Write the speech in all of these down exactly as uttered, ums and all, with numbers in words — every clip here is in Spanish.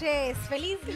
Sánchez. ¡Feliz lunes!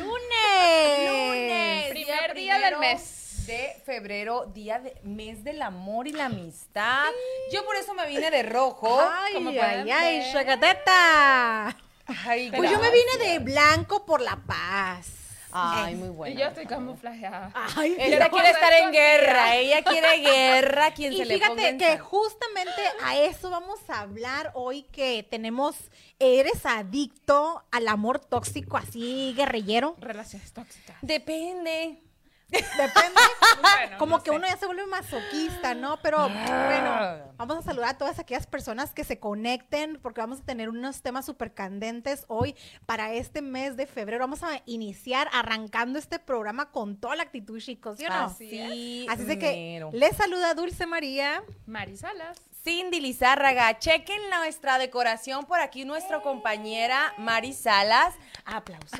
¡Lunes! Primer día del mes. De febrero, día de mes del amor y la amistad. Sí. Yo por eso me vine de rojo. Ay, como ay, ay, chagateta. Ay, pues yo me vine de blanco por la paz. Ay, muy bueno. Y yo estoy camuflajeada. Ay, ella quiere estar en guerra, ella quiere guerra, quien y se le ponga. Y fíjate que justamente a eso vamos a hablar hoy, que tenemos, ¿eres adicto al amor tóxico así guerrillero? Relaciones tóxicas. Depende. Depende. Bueno, como no que sé. uno ya se vuelve masoquista, ¿no? Pero bueno, vamos a saludar a todas aquellas personas que se conecten, porque vamos a tener unos temas súper candentes hoy para este mes de febrero. Vamos a iniciar arrancando este programa con toda la actitud, chicos, ¿sí o no? Así, Así es de que mero. les saluda Dulce María. Mari Salas. Cindy Lizárraga, chequen nuestra decoración por aquí, nuestra compañera Mari Salas. Aplausos.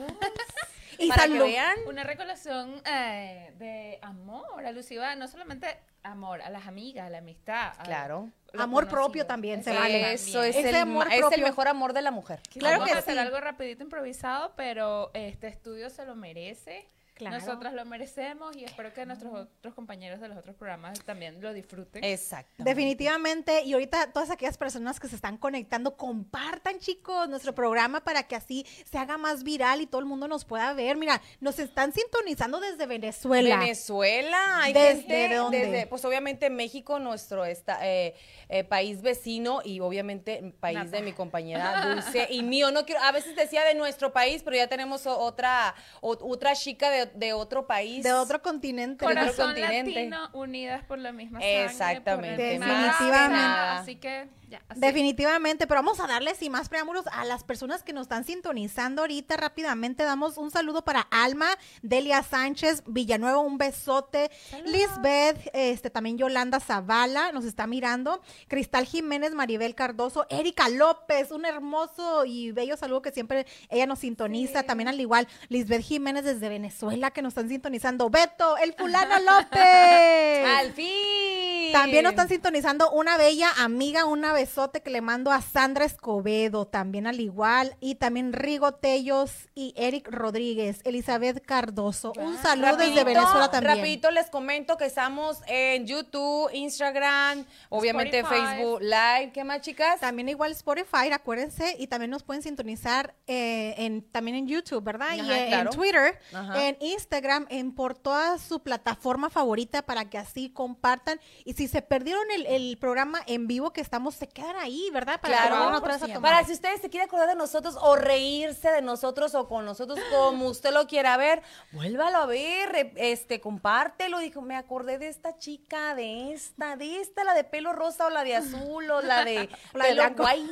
Y para salud. que vean. Una recolección eh, de amor, alusiva, no solamente amor, a las amigas, a la amistad. a Claro. los Amor conocidos. propio también se vale. Eso es Ese el, amor ma- es el propio. mejor amor de la mujer. Claro Vamos que a hacer sí. algo rapidito improvisado, pero este estudio se lo merece. Claro. Nosotras lo merecemos y espero que nuestros otros compañeros de los otros programas también lo disfruten. Exacto. Definitivamente, y ahorita todas aquellas personas que se están conectando, compartan, chicos, nuestro programa para que así se haga más viral y todo el mundo nos pueda ver. Mira, nos están sintonizando desde Venezuela. Venezuela, hay ¿Desde gente, dónde? desde, pues obviamente México, nuestro esta, eh, eh, país vecino, y obviamente país Nata. de mi compañera Dulce y mío. No quiero, a veces decía de nuestro país, pero ya tenemos o- otra, o- otra chica de, de otro país. De otro continente. Con ¿verdad? otro Corazón continente. latino, unidas por la misma sangre. Exactamente. por el mismo Definitivamente. raza, Así que, ya. Así. Definitivamente, pero vamos a darle sin más preámbulos a las personas que nos están sintonizando ahorita rápidamente. Damos un saludo para Alma, Delia Sánchez, Villanueva, un besote. Saludos. Lisbeth, este, también Yolanda Zavala nos está mirando. Cristal Jiménez, Maribel Cardoso, Erika López, un hermoso y bello saludo que siempre ella nos sintoniza. Sí. También al igual, Lisbeth Jiménez desde Venezuela que nos están sintonizando. Beto, el fulano López. ¡Al fin! También nos están sintonizando una bella amiga, una besote que le mando a Sandra Escobedo, también al igual, y también Rigo Tellos y Eric Rodríguez, Elizabeth Cardoso. Un saludo desde Rapidito, Venezuela también. Rapidito les comento que estamos en YouTube, Instagram, obviamente Spotify. Facebook Live. ¿Qué más, chicas? También igual Spotify, acuérdense, y también nos pueden sintonizar eh, en, también en YouTube, ¿verdad? y Ajá, en, claro. en Twitter, Ajá. en Instagram, en por toda su plataforma favorita para que así compartan. Y si se perdieron el, el programa en vivo que estamos, se quedan ahí, ¿verdad? Para que Claro, vuelvan otra vez a por tomar. para si ustedes se quieren acordar de nosotros o reírse de nosotros o con nosotros como usted lo quiera ver, vuélvalo a ver, re- este, compártelo. Dijo, me acordé de esta chica, de esta, de esta, la de pelo rosa o la de azul o la de O la de pelo blanco. guay.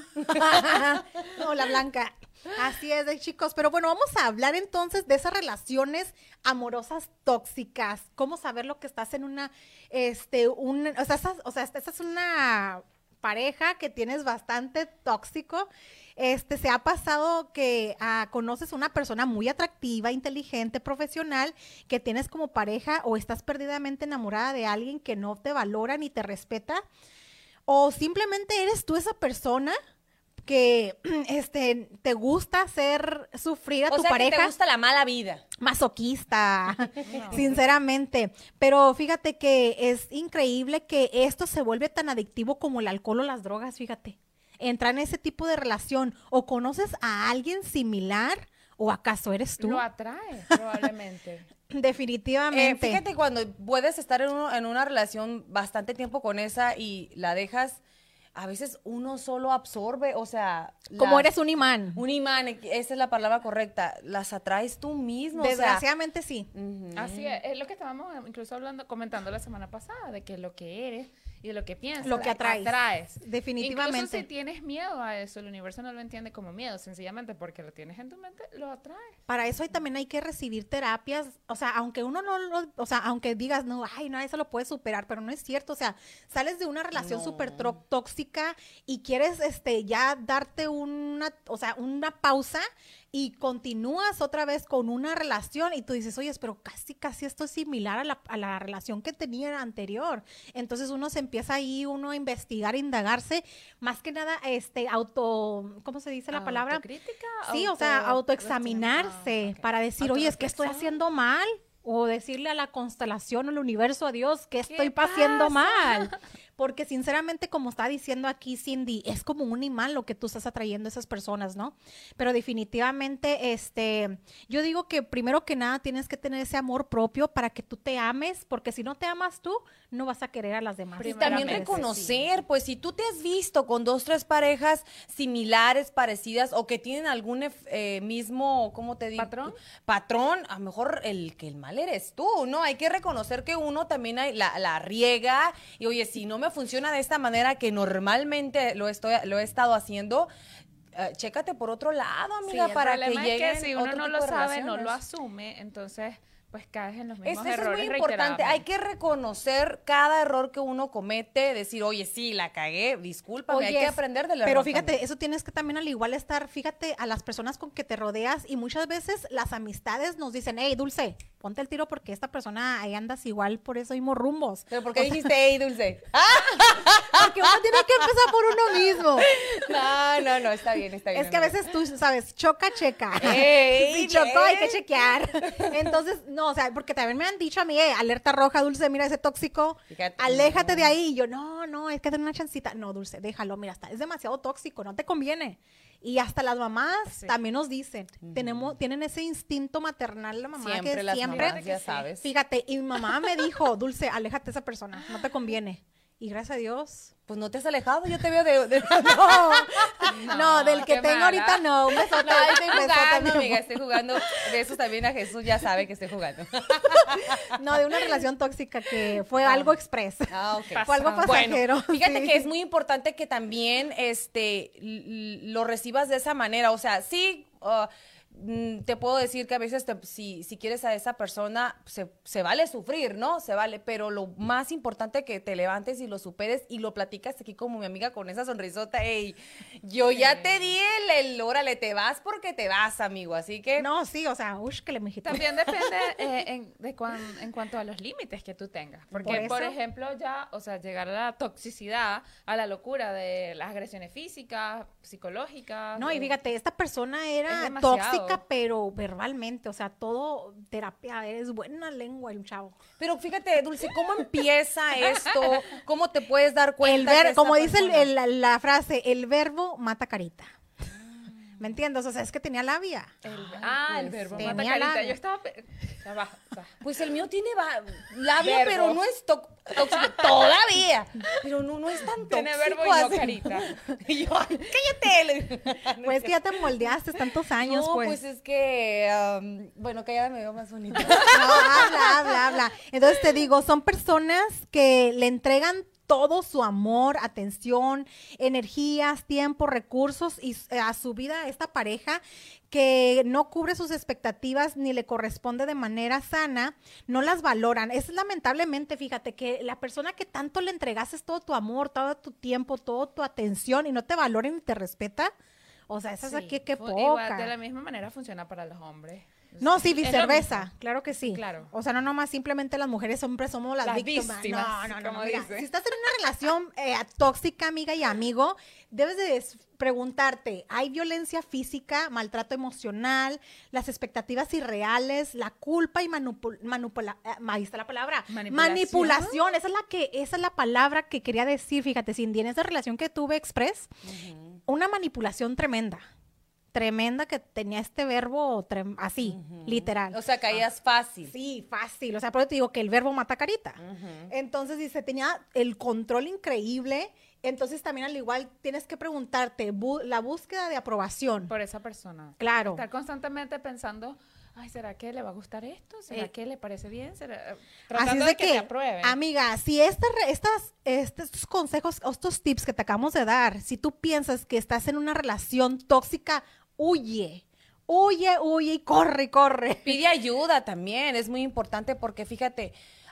No, la blanca. Así es, de chicos. Pero bueno, vamos a hablar entonces de esas relaciones amorosas tóxicas. ¿Cómo saber lo que estás en una, este, un, o sea, esas- o sea, esta esta es una pareja que tienes bastante tóxico? Este, ¿se ha pasado que ah, conoces una persona muy atractiva, inteligente, profesional, que tienes como pareja o estás perdidamente enamorada de alguien que no te valora ni te respeta? ¿O simplemente eres tú esa persona que este, te gusta hacer sufrir a O tu sea, que pareja? te gusta la mala vida. Masoquista, No. sinceramente. Pero fíjate que es increíble que esto se vuelve tan adictivo como el alcohol o las drogas, fíjate. Entra en ese tipo de relación. O conoces a alguien similar, o acaso eres tú. Lo atrae, probablemente. Eh, Definitivamente. fíjate, cuando puedes estar en, uno- en una relación bastante tiempo con esa y la dejas, a veces uno solo absorbe, o sea... Como las- eres un imán. Un imán, esa es la palabra correcta. Las atraes tú mismo, o sea... Desgraciadamente sí. Ujú. Así es, es lo que estábamos incluso hablando, comentando la semana pasada, de que lo que eres y de lo que piensas, Lo que atraes. atraes. Definitivamente. Incluso si tienes miedo a eso, el universo no lo entiende como miedo, sencillamente porque lo tienes en tu mente, lo atraes. Para eso hay, también hay que recibir terapias, o sea, aunque uno no lo, o sea, aunque digas, no, ay, no, eso lo puedes superar, pero no es cierto, o sea, sales de una relación No. súper tro- tóxica y quieres, este, ya darte una, o sea, una pausa y continúas otra vez con una relación y tú dices, oye, pero casi, casi esto es similar a la, a la relación que tenía anterior. Entonces uno se empieza ahí, uno a investigar, indagarse, más que nada, este, auto, ¿cómo se dice la palabra? ¿Autocrítica? Sí, o sea, Auto- autoexaminarse Ah, ok. para decir, oye, es que estoy Autorreflexión. haciendo mal. O decirle a la constelación o al universo, a Dios, que estoy ¿Qué haciendo pasa? mal. Porque sinceramente, como está diciendo aquí Cindy, es como un imán lo que tú estás atrayendo a esas personas, ¿no? Pero definitivamente, este, yo digo que primero que nada tienes que tener ese amor propio para que tú te ames, porque si no te amas tú, no vas a querer a las demás. Y también Primeramente, reconocer, pues si tú te has visto con dos, tres parejas similares, parecidas o que tienen algún ef- eh, mismo, ¿cómo te digo? ¿Patrón? Patrón, a lo mejor el que el mal eres tú, ¿no? Hay que reconocer que uno también hay- la, la riega y oye, si no me funciona de esta manera que normalmente lo, estoy, lo he estado haciendo, eh, chécate por otro lado, Sí, amiga, el para que problema es lleguen que si uno otro no tipo lo de sabe, no lo relaciones. asume, entonces pues caes en los mismos Eso, eso es errores muy importante. Hay reiterados. que reconocer cada error que uno comete, decir, oye, sí, la cagué, discúlpame, hay que Oyes, aprender del error. Pero fíjate, también. eso tienes que también al igual estar, fíjate, a las personas con que te rodeas y muchas veces las amistades nos dicen, hey, Dulce, ponte el tiro porque esta persona ahí andas igual por esos mismos rumbos. ¿Pero por qué dijiste, hey, Dulce? Porque uno tiene que empezar por uno mismo. No, no, no, está bien, está bien. Es que a amiga. veces tú sabes, choca, checa. Ey, Si chocó, hay que bien. chequear. Entonces, no, o sea, porque también me han dicho a mí, eh, alerta roja, Dulce, mira ese tóxico, Fíjate, aléjate no. de ahí. Y yo, no, no, es que tener una chancita. No, Dulce, déjalo, mira, está, es demasiado tóxico, no te conviene. Y hasta las mamás Sí. también nos dicen, tenemos, tienen ese instinto maternal, la mamá, Siempre que las siempre, mamás, ya sí. sabes. fíjate, y mi mamá me dijo, Dulce, aléjate de esa persona, no te conviene. Y gracias a Dios, Pues no te has alejado, yo te veo de... de- no, no, del que qué tengo mala. ahorita no, un besote, No, estoy un besote, jugando, mi amiga, amor. estoy jugando. De esos también a Jesús ya sabe que estoy jugando. No, de una relación tóxica que fue algo express. Ah, ok. Fue algo Pasado. pasajero. Bueno, fíjate sí. que es muy importante que también este l- l- lo recibas de esa manera. O sea, sí, uh, mm, te puedo decir que a veces te- si, si quieres a esa persona, se, se vale sufrir, ¿no? Se vale, pero lo más importante que te levantes y lo superes y lo platicas aquí como mi amiga con esa sonrisota. Ey, yo ya te di el, el órale, te vas porque te vas, amigo. Así que No, sí, o sea, ush, que le mijito. También depende eh, en, de cuan- en cuanto a los límites que tú tengas. Porque, Por por, eso. ejemplo, ya, o sea, llegar a la toxicidad, a la locura de las agresiones físicas, psicológicas. No, y o- fíjate, esta persona Es era demasiado. tóxica, pero verbalmente, o sea, todo terapia, es buena lengua el chavo. Pero fíjate, Dulce, ¿cómo empieza esto? ¿Cómo te puedes dar El cuenta? ver, que esta como dice el- persona- el- la, la frase, el verbo mata carita. ¿Me entiendes? O sea, es que tenía labia. El- ah, el pues, verbo tenía mata carita. labia. Yo estaba... pe- ya va, va. Pues el mío tiene va- labia, Verbo. pero no es tó- tóxico todavía. Pero no, no es tan tóxico. Tiene verbo y no así. carita. Y yo, ay, cállate. No Pues es que ya te moldeaste tantos años, no, pues. pues es que, um, bueno, callada me veo más bonita. No, habla, habla, habla. Entonces te digo, son personas que le entregan todo su amor, atención, energías, tiempo, recursos y eh, a su vida a esta pareja que no cubre sus expectativas ni le corresponde de manera sana, no las valoran. Es lamentablemente, fíjate, que la persona que tanto le entregaste todo tu amor, todo tu tiempo, toda tu atención y no te valora ni te respeta, o sea, esa es Sí. aquí que Fu- Igual, poca. de la misma manera funciona para los hombres. No, sí, Es lo viceversa, mismo. claro que sí. Claro. O sea, no nomás simplemente las mujeres siempre somos las, Las víctimas. víctimas, No, no, no. como Mira, dice. si estás en una relación eh, tóxica, amiga y amigo, debes de s- preguntarte, ¿hay violencia física, maltrato emocional, las expectativas irreales, la culpa y manipul manipula eh, ahí está la palabra, Manipulación. manipulación? Esa es la que esa es la palabra que quería decir, fíjate, Cindy, en esa relación que tuve express, una manipulación tremenda. Tremenda que tenía este verbo trem- así, literal. O sea, caías fácil. Sí, fácil. O sea, por eso te digo que el verbo mata carita. Entonces, dice, tenía el control increíble. Entonces, también al igual tienes que preguntarte, bu- la búsqueda de aprobación. Por esa persona. Claro. Estar constantemente pensando, ay, ¿será que le va a gustar esto? ¿Será Eh, que le parece bien? ¿Será? Así Tratando es de que, te aprueben. amiga, si estas, re- estas, estos consejos, estos tips que te acabamos de dar, si tú piensas que estás en una relación tóxica, huye, huye, huye y corre, corre. Pide ayuda también, es muy importante porque fíjate,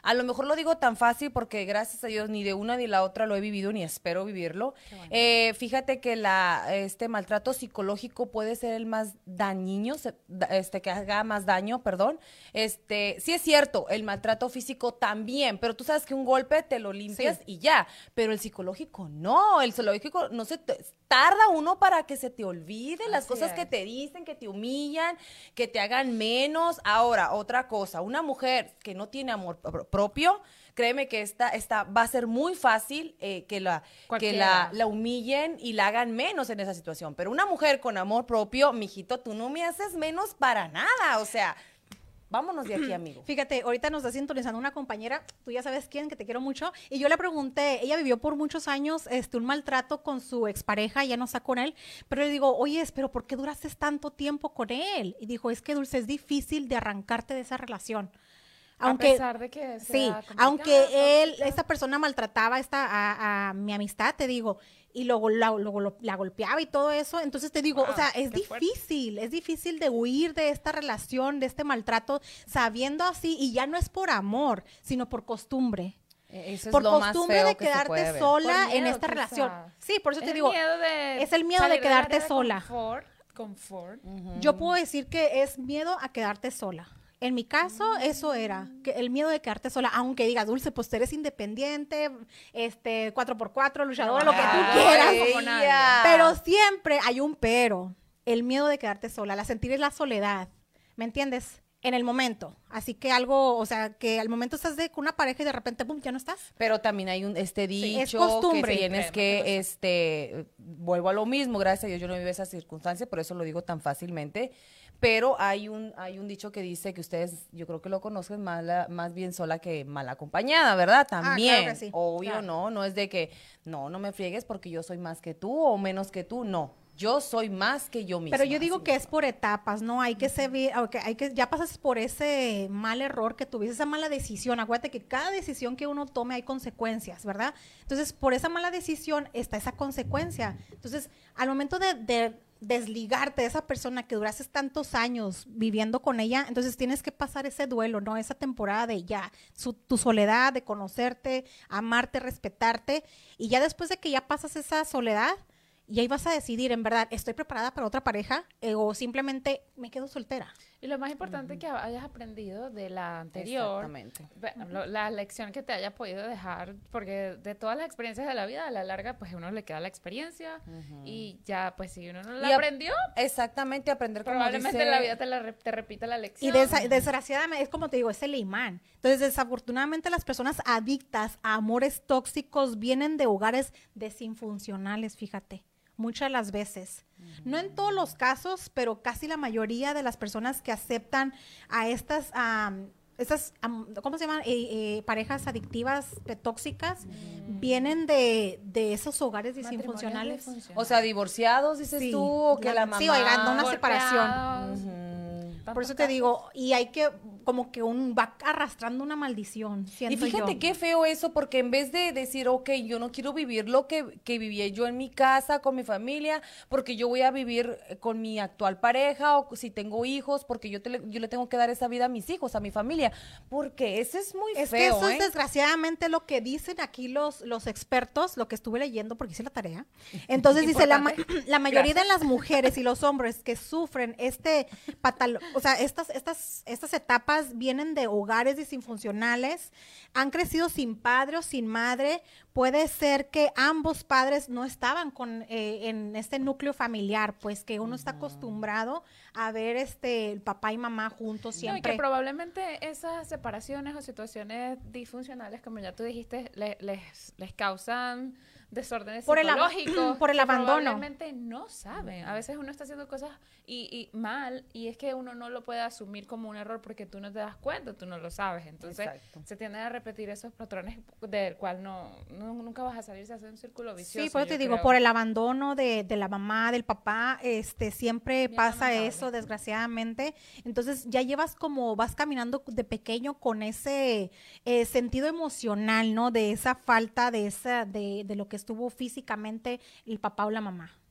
A lo mejor lo digo tan fácil porque gracias a Dios ni de una ni la otra lo he vivido ni espero vivirlo. Bueno. Eh, fíjate que la este maltrato psicológico puede ser el más dañino, se, da, este que haga más daño, perdón. Este, sí es cierto, el maltrato físico también, pero tú sabes que un golpe te lo limpias Sí. y ya, pero el psicológico no, el psicológico no se te, tarda uno para que se te olvide las Así cosas es. que te dicen, que te humillan, que te hagan menos. Ahora, otra cosa, una mujer que no tiene amor pro- propio, créeme que esta, esta va a ser muy fácil eh, que, la, que Cualquiera. la, la humillen y la hagan menos en esa situación. Pero una mujer con amor propio, mijito, tú no me haces menos para nada. O sea, vámonos de aquí, amigo. Fíjate, ahorita nos está sintonizando una compañera, tú ya sabes quién, que te quiero mucho, y yo le pregunté, ella vivió por muchos años este, un maltrato con su expareja, ya no está con él, pero le digo, oye, pero ¿por qué duraste tanto tiempo con él? Y dijo, es que Dulce, es difícil de arrancarte de esa relación. Aunque, a pesar de que sí, sea complicada, aunque él, tóxica. esta persona maltrataba esta, a, a mi amistad, te digo, y luego la, luego lo- la golpeaba y todo eso, entonces te digo, o Wow, sea, es qué fuerte. difícil, es difícil de huir de esta relación, de este maltrato, sabiendo así, y ya no es por amor, sino por costumbre. Eso es Por lo más costumbre feo de que se puede quedarte ver. sola Por en miedo, esta quizá. relación. Sí, por eso Es te el digo, miedo de es el miedo de salir del quedarte área de sola. Confort, confort. yo puedo decir que es miedo a quedarte sola. En mi caso, eso era, que el miedo de quedarte sola, aunque digas, Dulce, pues tú eres independiente, este, cuatro por cuatro, luchadora, lo que tú Ay, quieras. como nadie. Pero siempre hay un pero, el miedo de quedarte sola, la sentir es la soledad, ¿me entiendes? En el momento. Así que algo, o sea, que al momento estás de, con una pareja y de repente, pum, ya no estás. Pero también hay un este es dicho costumbre. que tienes Créeme que lo que, sé. este, vuelvo a lo mismo, gracias a Dios yo no vivo esa circunstancia, por eso lo digo tan fácilmente, pero hay un, hay un dicho que dice que ustedes, yo creo que lo conocen mala, más bien sola que mal acompañada, ¿verdad? claro También, que sí, obvio, claro. no, no es de que, no, no me friegues porque yo soy más que tú o menos que tú, no, yo soy más que yo misma. Pero yo digo así que mismo. es por etapas, ¿no? Hay que ser, vi- ok, hay que, ya pasas por ese mal error que tuviste, esa mala decisión. Acuérdate que cada decisión que uno tome hay consecuencias, ¿verdad? Entonces, por esa mala decisión está esa consecuencia. Entonces, al momento de, de desligarte de esa persona que duraste tantos años viviendo con ella, entonces tienes que pasar ese duelo, ¿no? Esa temporada de ya, su- tu soledad, de conocerte, amarte, respetarte. Y ya después de que ya pasas esa soledad, y ahí vas a decidir, en verdad, ¿estoy preparada para otra pareja? Eh, o simplemente me quedo soltera. Y lo más importante es que hayas aprendido de la anterior, Exactamente. ve- lo- la lección que te haya podido dejar, porque de todas las experiencias de la vida, a la larga, pues a uno le queda la experiencia y ya, pues si uno no la Y ap- aprendió, Exactamente, aprender como probablemente dice- la vida te, la re- te repita la Y lección. desa- desgraciadamente, es como te digo, es el imán. Entonces, desafortunadamente, las personas adictas a amores tóxicos vienen de hogares desinfuncionales, fíjate, muchas las veces. No en todos los casos, pero casi la mayoría de las personas que aceptan a estas, am, estas am, ¿cómo se llaman? Eh, eh, parejas adictivas, eh, tóxicas, vienen de, de esos hogares Matrimonios disfuncionales. disfuncionales. O sea, divorciados, dices Sí, tú, o que la- la mamá... sí, oigan, no una separación. Golpeados, Ujú. Por tantos eso te casos. digo, y hay que, como que un va arrastrando una maldición, Y siento fíjate yo. qué feo eso, porque en vez de decir, ok, yo no quiero vivir lo que, que viví yo en mi casa, con mi familia, porque yo voy a vivir eh, con mi actual pareja, o si tengo hijos, porque yo, te le, yo le tengo que dar esa vida a mis hijos, a mi familia, porque eso es muy Es que feo, eso ¿eh? es desgraciadamente lo que dicen aquí los, los expertos, lo que estuve leyendo porque hice la tarea. Entonces dice, la, ma- la mayoría de las mujeres y los hombres que sufren este patalo, o sea, estas, estas, estas etapas vienen de hogares disfuncionales, han crecido sin padre o sin madre, puede ser que ambos padres no estaban con eh, en este núcleo familiar, pues que uno está acostumbrado a ver este el papá y mamá juntos No, y siempre. que probablemente esas separaciones o situaciones disfuncionales, como ya tú dijiste, le- les, les causan desórdenes Por el ab- psicológicos. por el que abandono. Probablemente no saben. A veces uno está haciendo cosas y, y mal y es que uno no lo puede asumir como un error porque tú no te das cuenta, tú no lo sabes. Entonces Exacto. se tienden a repetir esos patrones del cual no, no- nunca vas a salir, se hace un círculo vicioso. Sí, pues te yo digo, creo. por el abandono de, de la mamá, del papá, este, siempre Bien pasa lamentable. eso, desgraciadamente. Entonces ya llevas como, vas caminando de pequeño con ese eh, sentido emocional, ¿no? De esa falta, de esa, de, de lo que estuvo físicamente el papá o la mamá.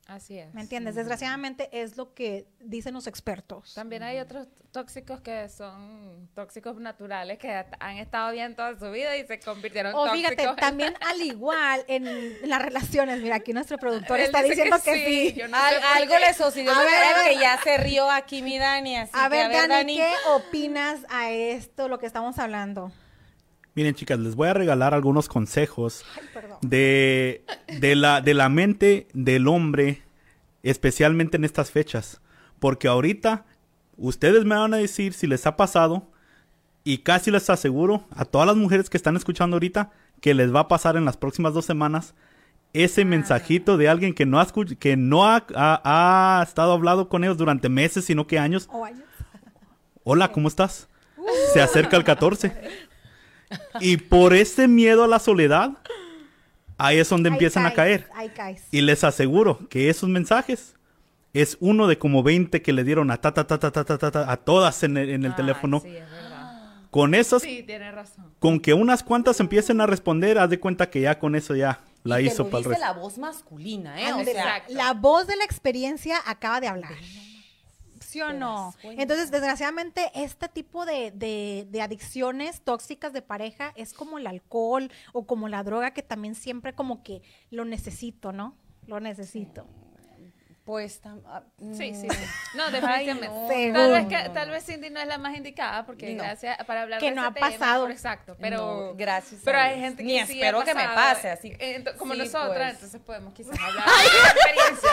Así es. ¿Me entiendes? Desgraciadamente es lo que dicen los expertos. También hay otros tóxicos que son tóxicos naturales que han estado bien toda su vida y se convirtieron O tóxicos. fíjate, también al igual en las relaciones, mira, aquí nuestro productor Él está dice diciendo que, que sí. sí, yo no Al- sé por algo qué. le sucedió, A ver, a ver. que ya se rió aquí mi Dani, así A que, ver, Dani, ¿qué opinas a esto, lo que estamos hablando? Miren, chicas, les voy a regalar algunos consejos Ay, perdón. de, de, la, de la mente del hombre, especialmente en estas fechas. Porque ahorita, ustedes me van a decir si les ha pasado, y casi les aseguro a todas las mujeres que están escuchando ahorita, que les va a pasar en las próximas dos semanas ese mensajito de alguien que no ha, escuch- que no ha, ha, ha estado hablado con ellos durante meses, sino que años. O años. Hola, ¿cómo estás? Se acerca el catorce. Y por ese miedo a la soledad, ahí es donde Ahí empiezan a caes, caer. Ahí caes. Y les aseguro que esos mensajes es uno de como veinte que le dieron a ta ta ta ta ta ta, ta, ta, a todas en el, en el Ay, teléfono. Sí, es verdad. Con esas, Sí, tiene razón. con que unas cuantas empiecen a responder, haz de cuenta que ya con eso ya la y hizo te para lo el dice resto. la voz masculina, ¿eh? O Ándale, sea, Exacto. la voz de la experiencia acaba de hablar. ¿Sí o no? das cuenta. Entonces, desgraciadamente, este tipo de, de, de adicciones tóxicas de pareja es como el alcohol o como la droga que también siempre como que lo necesito, ¿no? Lo necesito. pues... tam- ah, Sí, mm. sí. No, definitivamente. Ay, no, Seguro. Tal vez, no, que, no, tal no. vez Cindy no es la más indicada porque No. gracias para hablar Que de no ese ha tema, pasado. Exacto, pero No, gracias a pero hay Dios. gente que Ni sí espero ha que me pasado, pase, así. eh, ento- como Sí, nosotras, pues. entonces podemos quizás hablar de la experiencia.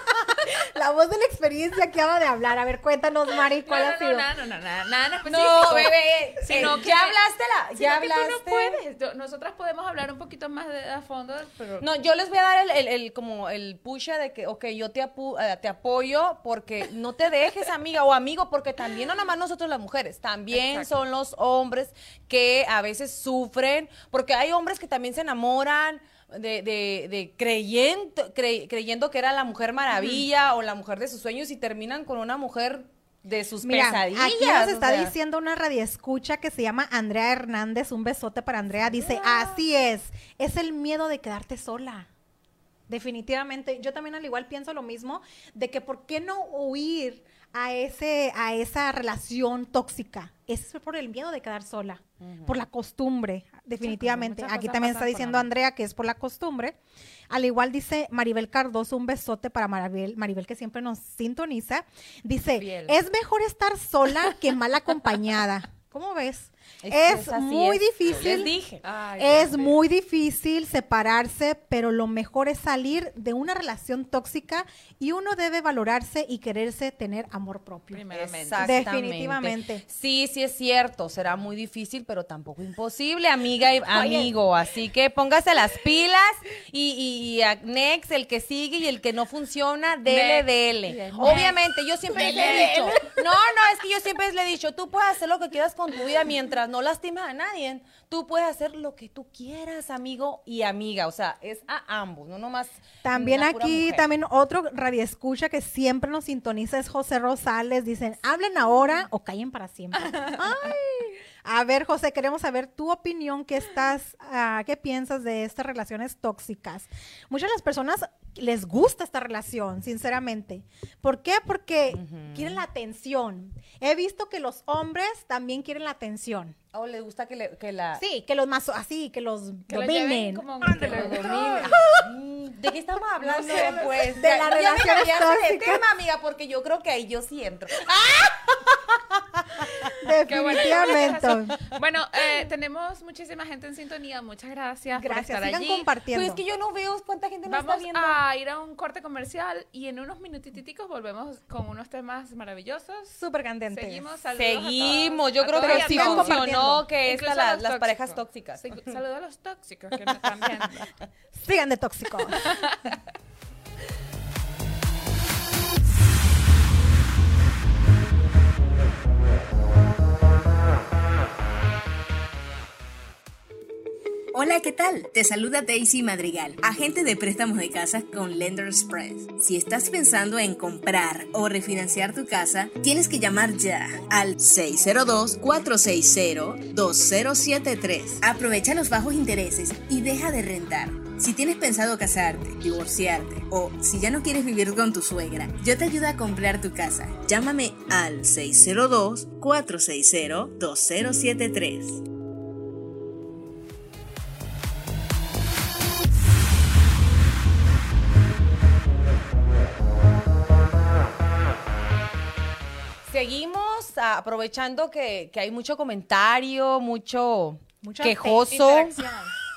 La voz de la experiencia acaba de hablar. A ver, cuéntanos, Mari, No, ¿cuál no, ha no, sido? nada, no, no, nada, nada en específico. No, bebé, Sino eh, que- ya hablaste la, Sino ya que hablaste. tú no puedes. Yo- nosotras podemos hablar un poquito más de, a fondo, pero No, yo les voy a dar el, el, el- como el push de que, ok, yo te, apu- eh, te apoyo porque no te dejes, amiga o amigo, porque también no nada más nosotros las mujeres, también Exacto. son los hombres que a veces sufren, porque hay hombres que también se enamoran de, de, de creyendo, cre- creyendo que era la mujer maravilla o la mujer de sus sueños y terminan con una mujer de sus Mira, pesadillas. aquí nos o está sea. diciendo una radioescucha que se llama Andrea Hernández, un besote para Andrea, dice, así es, es el miedo de quedarte sola. Definitivamente, yo también al igual pienso lo mismo, de que por qué no huir a ese, a esa relación tóxica, es por el miedo de quedar sola, por la costumbre, definitivamente. muchas Aquí cosas también está pasan por diciendo la- Andrea que es por la costumbre. Al igual dice Maribel Cardoso, un besote para Maribel, Maribel que siempre nos sintoniza. Dice, Fiel. es mejor estar sola que mal acompañada. ¿Cómo ves? Es que Es, es así, muy es. Les difícil. dije. Ay, Es Dios mío. muy difícil separarse, pero lo mejor es salir de una relación tóxica y uno debe valorarse y quererse tener amor propio. Primeramente. Exactamente. Definitivamente. Sí, sí es cierto, será muy difícil, pero tampoco imposible, amiga y amigo. Así que póngase las pilas y, y, y a next, el que sigue y el que no funciona, dele, Next. dele. Next. Obviamente, yo siempre le he dicho, no, no, es que yo siempre le he dicho, tú puedes hacer lo que quieras con tu vida mientras no lastimes a nadie. Tú puedes hacer lo que tú quieras, amigo y amiga. O sea, es a ambos, no nomás. También una pura aquí, mujer. también otro radioescucha que siempre nos sintoniza es José Rosales. Dicen, hablen ahora o callen para siempre. Ay. A ver, José, queremos saber tu opinión, qué estás, ah, qué piensas de estas relaciones tóxicas. Muchas de las personas les gusta esta relación, sinceramente. ¿Por qué? Porque quieren la atención. He visto que los hombres también quieren la atención. O le gusta que, le, que la. Sí, que los más así, que los Que lo lleven dominen. como- Ándale. que lo domine. Ay, ¿de qué estamos hablando? sé, pues? de Ya- las ya me relaciones cambiaste de tóxicas. tema, amiga, porque yo creo que ahí yo sí entro. Qué bueno, qué bueno Definitivamente. eso. Bueno, eh, tenemos muchísima gente en sintonía. Muchas gracias, Gracias, por estar sigan allí. compartiendo. Pues es que yo no veo cuánta gente nos Vamos está viendo. a ir a un corte comercial y en unos minutiticos volvemos con unos temas maravillosos. Súper candente. Seguimos, saludos a Seguimos, todos, yo a creo todos y que a sí sigan todos. funcionó, compartiendo. que Incluso esta, a las, los las parejas tóxicos. tóxicas. Sí, saludos a los tóxicos que nos están viendo. Sigan de tóxicos. Hola, ¿qué tal? Te saluda Daisy Madrigal, agente de préstamos de casas con Lender Express. Si estás pensando en comprar o refinanciar tu casa, tienes que llamar ya al seis cero dos, cuatro seis cero, dos cero siete tres. Aprovecha los bajos intereses y deja de rentar. Si tienes pensado casarte, divorciarte o si ya no quieres vivir con tu suegra, yo te ayudo a comprar tu casa. Llámame al seis cero dos, cuatro seis cero, dos cero siete tres. Seguimos ah, aprovechando que, que hay mucho comentario, mucho Mucha quejoso. Interacción.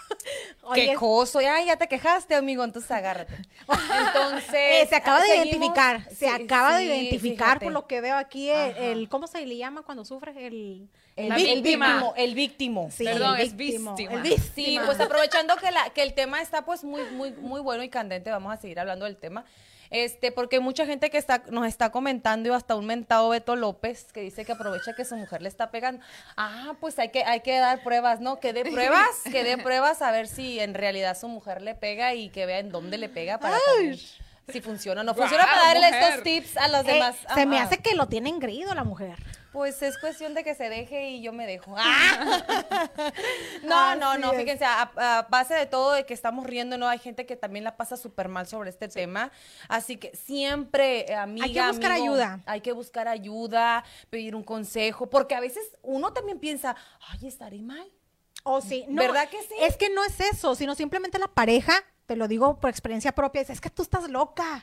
Oye, Quejoso, ay, ya te quejaste, amigo, entonces agárrate. Entonces, eh, se acaba de seguimos- identificar, se sí, acaba de sí, identificar fíjate. por lo que veo aquí el, Ajá. el- ¿cómo se le llama cuando sufre? El, El, La vi- el víctima. víctimo, el víctimo. sí, Perdón, el es víctimo, víctima. el víctima. Sí, pues aprovechando que, la, que el tema está pues muy, muy, muy bueno y candente, vamos a seguir hablando del tema. Este, porque hay mucha gente que está, nos está comentando y hasta un mentado Beto López que dice que aprovecha que su mujer le está pegando. Ah, pues hay que, hay que dar pruebas, ¿no? Que dé pruebas, que dé pruebas a ver si en realidad su mujer le pega y que vea en dónde le pega para también, si funciona o no. Funciona Guau, para darle mujer. estos tips a los Eh, demás. se me Ajá. hace que lo tiene engreído la mujer. Pues es cuestión de que se deje y yo me dejo. Ah. No, no, Así no, es. fíjense, a, a base de todo de que estamos riendo, ¿no? Hay gente que también la pasa súper mal sobre este tema. Así que siempre, eh, amiga, Hay que buscar amigo, ayuda. Hay que buscar ayuda, pedir un consejo, porque a veces uno también piensa, ay, estaré mal. O sí, no, ¿Verdad que sí? Es que no es eso, sino simplemente la pareja, te lo digo por experiencia propia, dice, es que tú estás loca.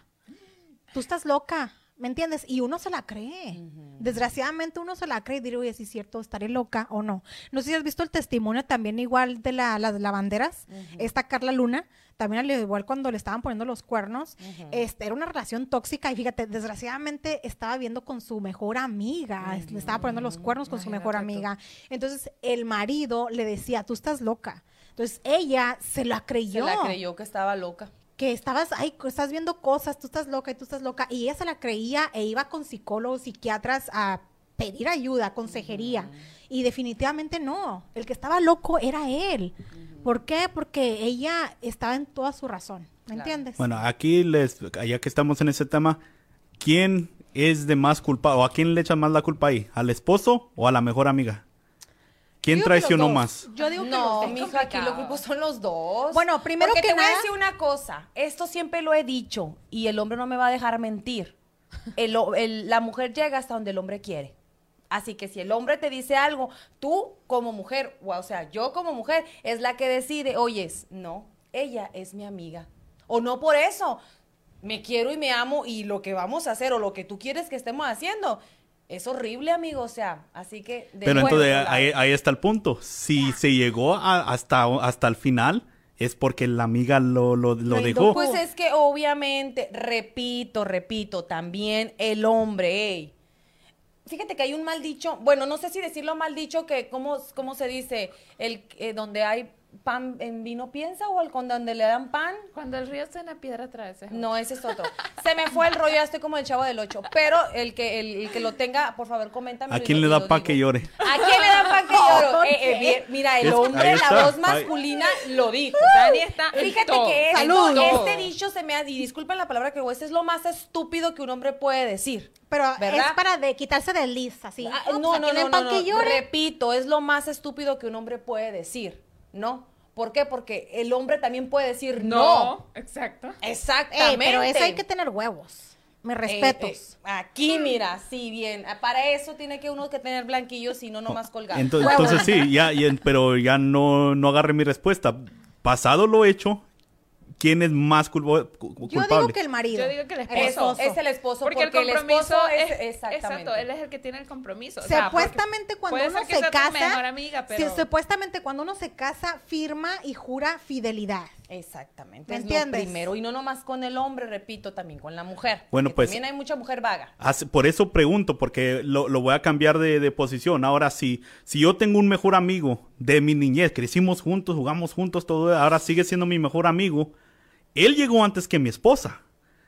Tú estás loca, ¿me entiendes? Y uno se la cree. Desgraciadamente uno se la cree y dice, oye, si es cierto, estaré loca o no. No sé si has visto el testimonio también igual de la, las lavanderas, esta Carla Luna, también al igual cuando le estaban poniendo los cuernos, este, era una relación tóxica y fíjate, desgraciadamente estaba viendo con su mejor amiga, le estaba poniendo los cuernos con su mejor Imagínate tú. amiga. Entonces el marido le decía, tú estás loca. Entonces ella se la Se creyó. la creyó que estaba loca. Que estabas, ay, estás viendo cosas, tú estás loca y tú estás loca. Y ella se la creía e iba con psicólogos, psiquiatras a pedir ayuda, consejería. Y definitivamente no. El que estaba loco era él. ¿Por qué? Porque ella estaba en toda su razón. ¿Me Claro. entiendes? Bueno, aquí, les, ya que estamos en ese tema, ¿quién es de más culpa o a quién le echan más la culpa ahí? ¿Al esposo o a la mejor amiga? ¿Quién Yo digo que los traicionó dos. más? Yo digo que No, los dos. mija, aquí los complicado. grupos son los dos. Bueno, primero Porque que te voy a nada- decir una cosa. Esto siempre lo he dicho y el hombre no me va a dejar mentir. El ho- el- la mujer llega hasta donde el hombre quiere. Así que si el hombre te dice algo, tú como mujer, o sea, yo como mujer, es la que decide, oyes, no, ella es mi amiga. O no por eso, me quiero y me amo y lo que vamos a hacer o lo que tú quieres que estemos haciendo es horrible, amigo. O sea, así que... de Pero nuevo, entonces la- ahí, ahí está el punto. Si se llegó a- hasta, hasta el final, es porque la amiga lo, lo, lo Lo dejó. indujo. Pues es que obviamente, repito, repito, también el hombre, ey. Fíjate que hay un mal dicho, bueno, no sé si decirlo mal dicho, que cómo, cómo se dice, el eh, donde hay pan en vino piensa o el con donde le dan pan. Cuando el río suena piedra trae ese. No, ese es otro. Se me fue el rollo, ya estoy como el chavo del ocho. Pero el que, el, el que lo tenga, por favor, coméntame. ¿A quién le da pa' que llore? ¿A quién le da pa' que llore? ¿Por Eh, eh, qué? bien, mira, el Es- hombre, ahí la está, voz ahí- masculina lo dijo. Dani está en Fíjate todo. que En esto, todo. este dicho se me ha, y disculpen la palabra que voy, este es lo más estúpido que un hombre puede decir. Pero ¿verdad? es para de quitarse del lis, así. Ah, pues, no, ¿a no, quién no, le pan no, que no. llore? Repito, es lo más estúpido que un hombre puede decir, ¿no? ¿Por qué? Porque el hombre también puede decir no. No, exacto. Ey, Exactamente. pero eso hay que tener huevos. Mis Eh, respetos. eh, aquí, mira, sí, bien. Ah, Para eso tiene que uno que tener blanquillos y no nomás colgar. Entonces, entonces sí, ya, ya- pero ya no, no agarre mi respuesta. Pasado lo hecho, ¿quién es más culpo- cu- Yo culpable? digo que el marido. Yo digo que el El esposo. Eso, es el esposo, Porque, porque, el compromiso el esposo es, es, exactamente. exacto, él es el que tiene el compromiso. O sea, Supuestamente porque cuando puede uno ser que se sea tu casa, mejor amiga, pero sí, supuestamente cuando uno se casa, firma y jura fidelidad. Exactamente. ¿Me es entiendes? Lo primero. Y no nomás con el hombre, repito, también con la mujer. Bueno, porque pues- también hay mucha mujer vaga. Hace- Por eso pregunto, porque lo, lo voy a cambiar de, de posición. Ahora, si, si yo tengo un mejor amigo de mi niñez, crecimos juntos, jugamos juntos, todo, ahora sigue siendo mi mejor amigo, él llegó antes que mi esposa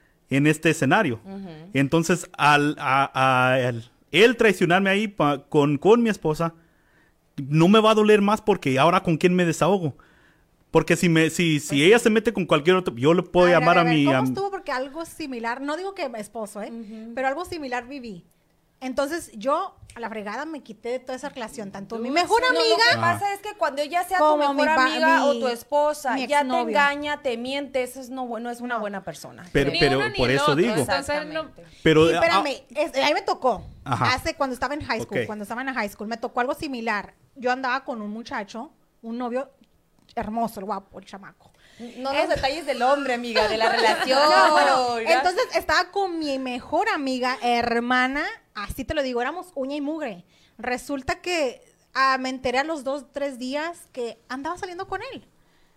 en este escenario. Entonces, al, a- a- al él traicionarme ahí pa- con, con mi esposa, no me va a doler más porque ahora con quién me desahogo. Porque si me si, si ella se mete con cualquier otro, yo le puedo A ver, llamar a, ver, mi... ¿Cómo am- estuvo? Porque algo similar, no digo que esposo, ¿eh? Pero algo similar viví. Entonces yo a la fregada me quité de toda esa relación, tanto mi mejor No, amiga lo que pasa es que cuando ya sea tu Como mejor mi pa- amiga mi- o tu esposa, mi ya te exnovio. engaña, te miente, eso es no, no es una No. buena persona. Pero, Ni pero uno ni por el eso otro, digo. entonces no- Exactamente. Pero, y ah, espérame, es- a mí me tocó, Ajá. hace cuando estaba en high school, Ok. cuando estaba en la high school, me tocó algo similar. Yo andaba con un muchacho, un novio hermoso, el guapo, el chamaco. No los detalles del hombre, amiga, de la relación. No, bueno, Ya. entonces estaba con mi mejor amiga, hermana, así te lo digo, éramos uña y mugre. Resulta que ah, me enteré a los dos, tres días que andaba saliendo con él.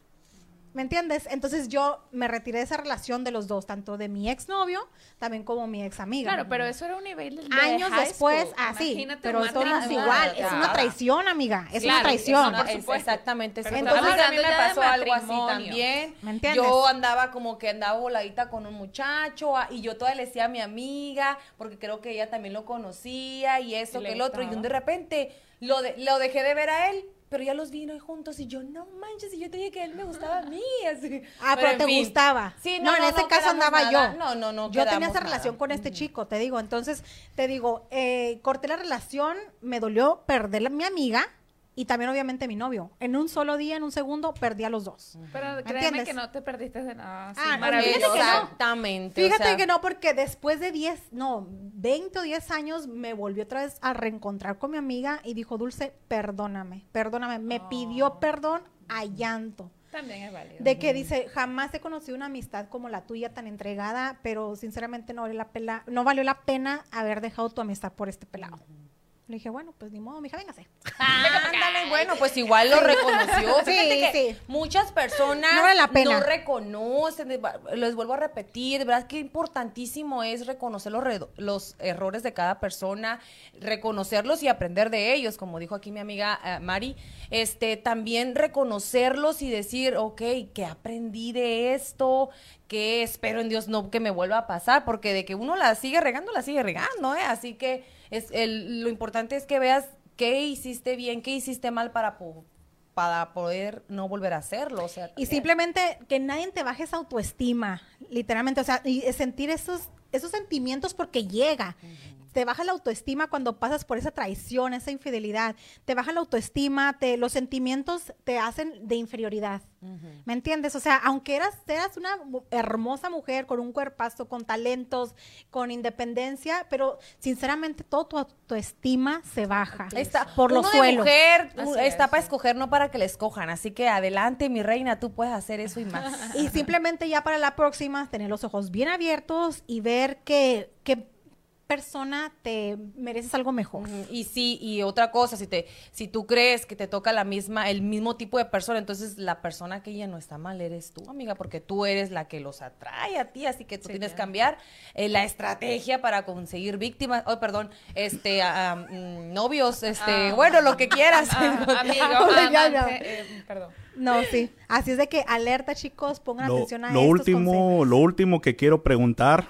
¿Me entiendes? Entonces yo me retiré de esa relación de los dos, tanto de mi exnovio, también como mi ex amiga. Claro, pero eso era un nivel de Años high después, school. así, Imagínate pero un somos matrimonio. igual, es claro. una traición, amiga, es una Claro, traición. eso no, No, por es- supuesto. exactamente. Pero Entonces, estamos a mí me hablando ya de pasó algo así matrimonio. también. ¿Me entiendes? Yo andaba como que andaba voladita con un muchacho ah, y yo todavía le decía a mi amiga porque creo que ella también lo conocía y eso, Y que le el otro. Y gustaba. de repente lo, de- lo dejé de ver a él. Pero ya los vino juntos y yo, no manches, y yo te dije que él me gustaba a mí, así. Ah, pero, en te fin. gustaba. Sí, no, en ese caso quedamos andaba nada. yo. No, no, no Yo tenía quedamos esa nada. relación con este chico, te digo. Entonces, te digo, eh, corté la relación, me dolió perder a mi amiga y también obviamente mi novio. En un solo día, en un segundo, perdí a los dos. Pero ¿Me créeme entiendes? que no te perdiste de nada. así Ah, maravilloso. fíjate que no. Exactamente. o Fíjate sea, que no, porque después de diez, no, veinte o diez años me volvió otra vez a reencontrar con mi amiga y dijo, Dulce, perdóname, perdóname. Me pidió perdón a llanto. También es válido. De que dice, jamás he conocido una amistad como la tuya tan entregada, pero sinceramente no valió la pena, no valió la pena haber dejado tu amistad por este pelado. Le dije, bueno, pues ni modo, mija, véngase. Ándale, bueno, pues igual lo reconoció. Sí, Fíjate que sí. muchas personas No vale la pena. no reconocen, de- les vuelvo a repetir, ¿verdad? Que importantísimo es reconocer los, redo- los errores de cada persona, reconocerlos y aprender de ellos, como dijo aquí mi amiga eh, Mari, este, también reconocerlos y decir, ok, ¿qué aprendí de esto? Que espero en Dios no que me vuelva a pasar, porque de que uno la sigue regando, la sigue regando, ¿eh? Así que es el, lo importante es que veas qué hiciste bien, qué hiciste mal para, po- para poder no volver a hacerlo. O sea, Y también. simplemente que nadie te baje esa autoestima, literalmente, o sea, y sentir esos, esos sentimientos porque llega. Te baja la autoestima cuando pasas por esa traición, esa infidelidad. Te baja la autoestima, te, los sentimientos te hacen de inferioridad. ¿Me entiendes? O sea, aunque eras, eras una mu- hermosa mujer con un cuerpazo, con talentos, con independencia, pero sinceramente todo tu autoestima se baja Está, por los uno de suelos. mujer Así u- está es. para escoger, no para que la escojan. Así que adelante, mi reina, tú puedes hacer eso y más. Y simplemente ya para la próxima, tener los ojos bien abiertos y ver que, que persona te mereces algo mejor. Ujú, Y sí, y otra cosa, si te, si tú crees que te toca la misma, el mismo tipo de persona, entonces la persona que ella no está mal eres tú, amiga, porque tú eres la que los atrae a ti, así que tú Sí, tienes que claro. cambiar eh, la estrategia para conseguir víctimas, oh, perdón, este, ah, mm, novios, este, Ah. bueno, lo que quieras. Ah, amigo, Ya, ya. amante, eh, perdón. No, sí. Así es de que alerta, chicos, pongan Lo, atención a lo estos último, consejos. lo último que quiero preguntar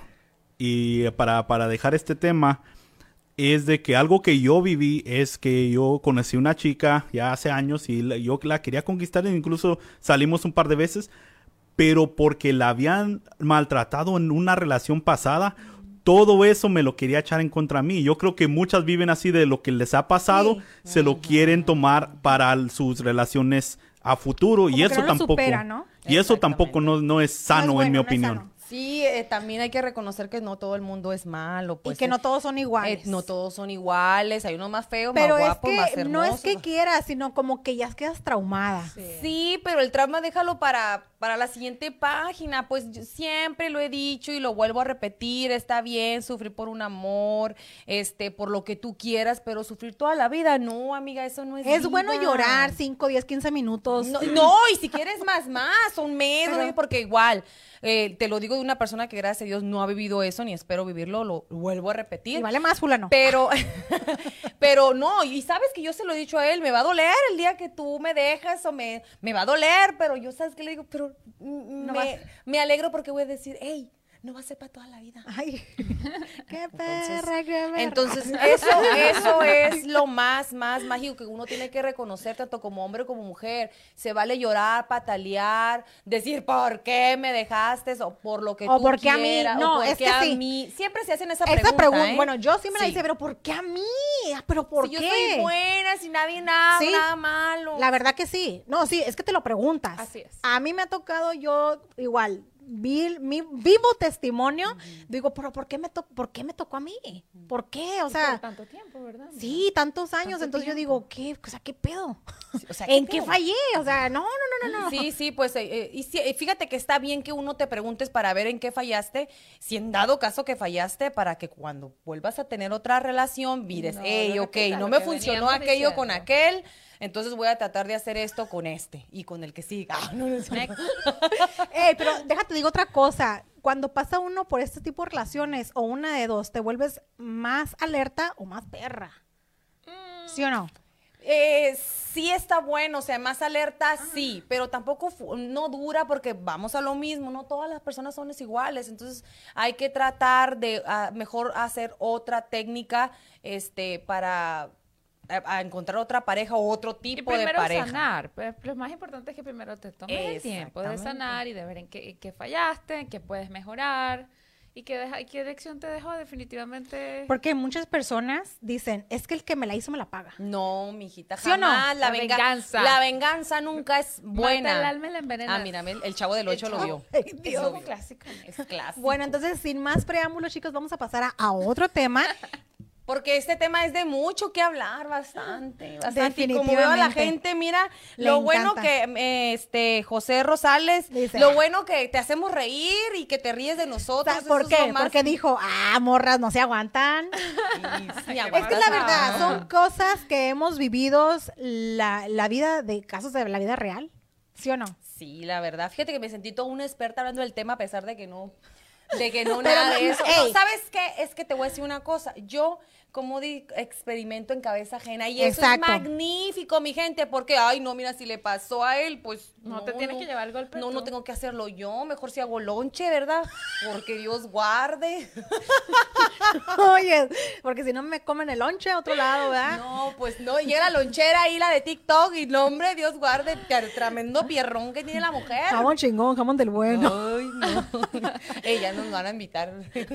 y para, para dejar este tema es de que algo que yo viví es que yo conocí una chica ya hace años y la- yo la quería conquistar e incluso salimos un par de veces, pero porque la habían maltratado en una relación pasada, todo eso me lo quería echar en contra mí. Yo creo que muchas viven así de lo que les ha pasado, Sí. se lo quieren tomar para l- sus relaciones a futuro y Como que eso no lo tampoco superan, ¿no? y eso Exactamente. tampoco no, no es sano bueno, en mi no es opinión. sano. Sí, eh, también hay que reconocer que no todo el mundo es malo, pues. y que no eh, todos son iguales. eh, no todos son iguales, hay unos más feos, Pero más es guapos, más que hermosos. no es que quieras, sino como que ya quedas traumada. Sí, pero el trauma déjalo para, para la siguiente página. Pues yo siempre lo he dicho y lo vuelvo a repetir. Está bien sufrir por un amor, este, por lo que tú quieras, pero sufrir toda la vida, no, amiga, eso no es Es vida. bueno llorar cinco, diez, quince minutos. No, no, y si quieres más, más, un mes, Pero- ¿no? Porque igual, eh, te lo digo de una persona que gracias a Dios no ha vivido eso, ni espero vivirlo, lo vuelvo a repetir. Y vale más, fulano. Pero, pero no, y sabes que yo se lo he dicho a él, me va a doler el día que tú me dejas o me, me va a doler, pero yo sabes que le digo, pero mm, No me, vas- me alegro porque voy a decir, hey, no va a ser para toda la vida. Ay, qué Entonces, perra, qué perra. Entonces, eso, eso es lo más, más mágico que uno tiene que reconocer, tanto como hombre como mujer. Se vale llorar, patalear, decir, ¿por qué me dejaste? O por lo que O tú por qué a mí. quieras, o No, por es qué que a sí. mí. Siempre se hacen esa Esa pregunta, pregunta, ¿eh? bueno, yo sí me la Sí. hice, pero ¿por qué a mí? Ah, ¿Pero por Si qué? yo soy buena, si nadie nada, Sí. nada malo. La verdad que sí. No, sí, es que te lo preguntas. Así es. A mí me ha tocado yo igual, vi, mi vivo testimonio, digo, pero ¿por qué, me to ¿por qué me tocó a mí? ¿Por qué? O Y sea, por tanto tiempo, ¿verdad? sí, tantos años. Tanto Entonces yo tiempo. digo, ¿qué? O sea, ¿qué pedo? Sí, o sea, ¿qué ¿En qué pedo? fallé? O sea, no, no, no, no, no. Sí, sí, pues, eh, eh, y sí, eh, fíjate que está bien que uno te preguntes para ver en qué fallaste, si en dado caso que fallaste, para que cuando vuelvas a tener otra relación, mires, No, hey, lo ok, repita, no lo me que funcionó veníamos aquello con diciendo. aquel, entonces voy a tratar de hacer esto con este y con el que siga. Ah, no, no, no. Next. Ey, pero déjate digo otra cosa. Cuando pasa uno por este tipo de relaciones, o una de dos, te vuelves más alerta o más perra. ¿Sí o no? Eh, sí está bueno, o sea, más alerta, sí, pero tampoco fu- no dura porque vamos a lo mismo, no todas las personas son iguales, entonces hay que tratar de ah, mejor hacer otra técnica este, para a- a encontrar otra pareja o otro Y tipo de primero pareja. sanar. Pues, lo más importante es que primero te tomes el tiempo de Exactamente. sanar y de ver en qué, en qué fallaste, en qué puedes mejorar y qué, deja, y qué lección te dejó definitivamente. Porque muchas personas dicen, es que el que me la hizo me la paga. No, mijita, ¿Sí o no? jamás. La, La venga- venganza. La venganza nunca es buena. Mata el alma y la envenenas. Ah, mírame, el chavo del ocho lo vio. Ay, Es Dios. algo clásico. Es clásico. Bueno, entonces, sin más preámbulos, chicos, vamos a pasar a, a otro tema. Porque este tema es de mucho que hablar, bastante, bastante. Y como veo a la Definitivamente. gente, mira, Le lo bueno encanta. que eh, este José Rosales, Dice, lo "Ah". bueno que te hacemos reír y que te ríes de nosotros. ¿Sabes ¿Por eso es qué? lo más- Porque dijo, ah, morras, no se aguantan. Sí, sí, Es aguanta. que la verdad, son cosas que hemos vivido la, la vida de casos de la vida real. ¿Sí o no? Sí, la verdad. Fíjate que me sentí toda una experta hablando del tema a pesar de que no, de que no Pero nada no, de eso. ey. No, ¿sabes qué? Es que te voy a decir una cosa. Yo, como di, experimento en cabeza ajena y eso Exacto. es magnífico, mi gente, porque, ay, no, mira, si le pasó a él, pues No te tienes que llevar el golpe No, tú. no tengo que hacerlo yo. Mejor si hago lonche, ¿verdad? Porque Dios guarde. Oye, porque si no me comen el lonche a otro lado, ¿verdad? No, pues no. Y llega la lonchera ahí, la de TikTok, y no, hombre, Dios guarde, el tremendo pierrón que tiene la mujer. Jamón chingón, jamón del bueno. Ay, no. Ella nos van a invitar.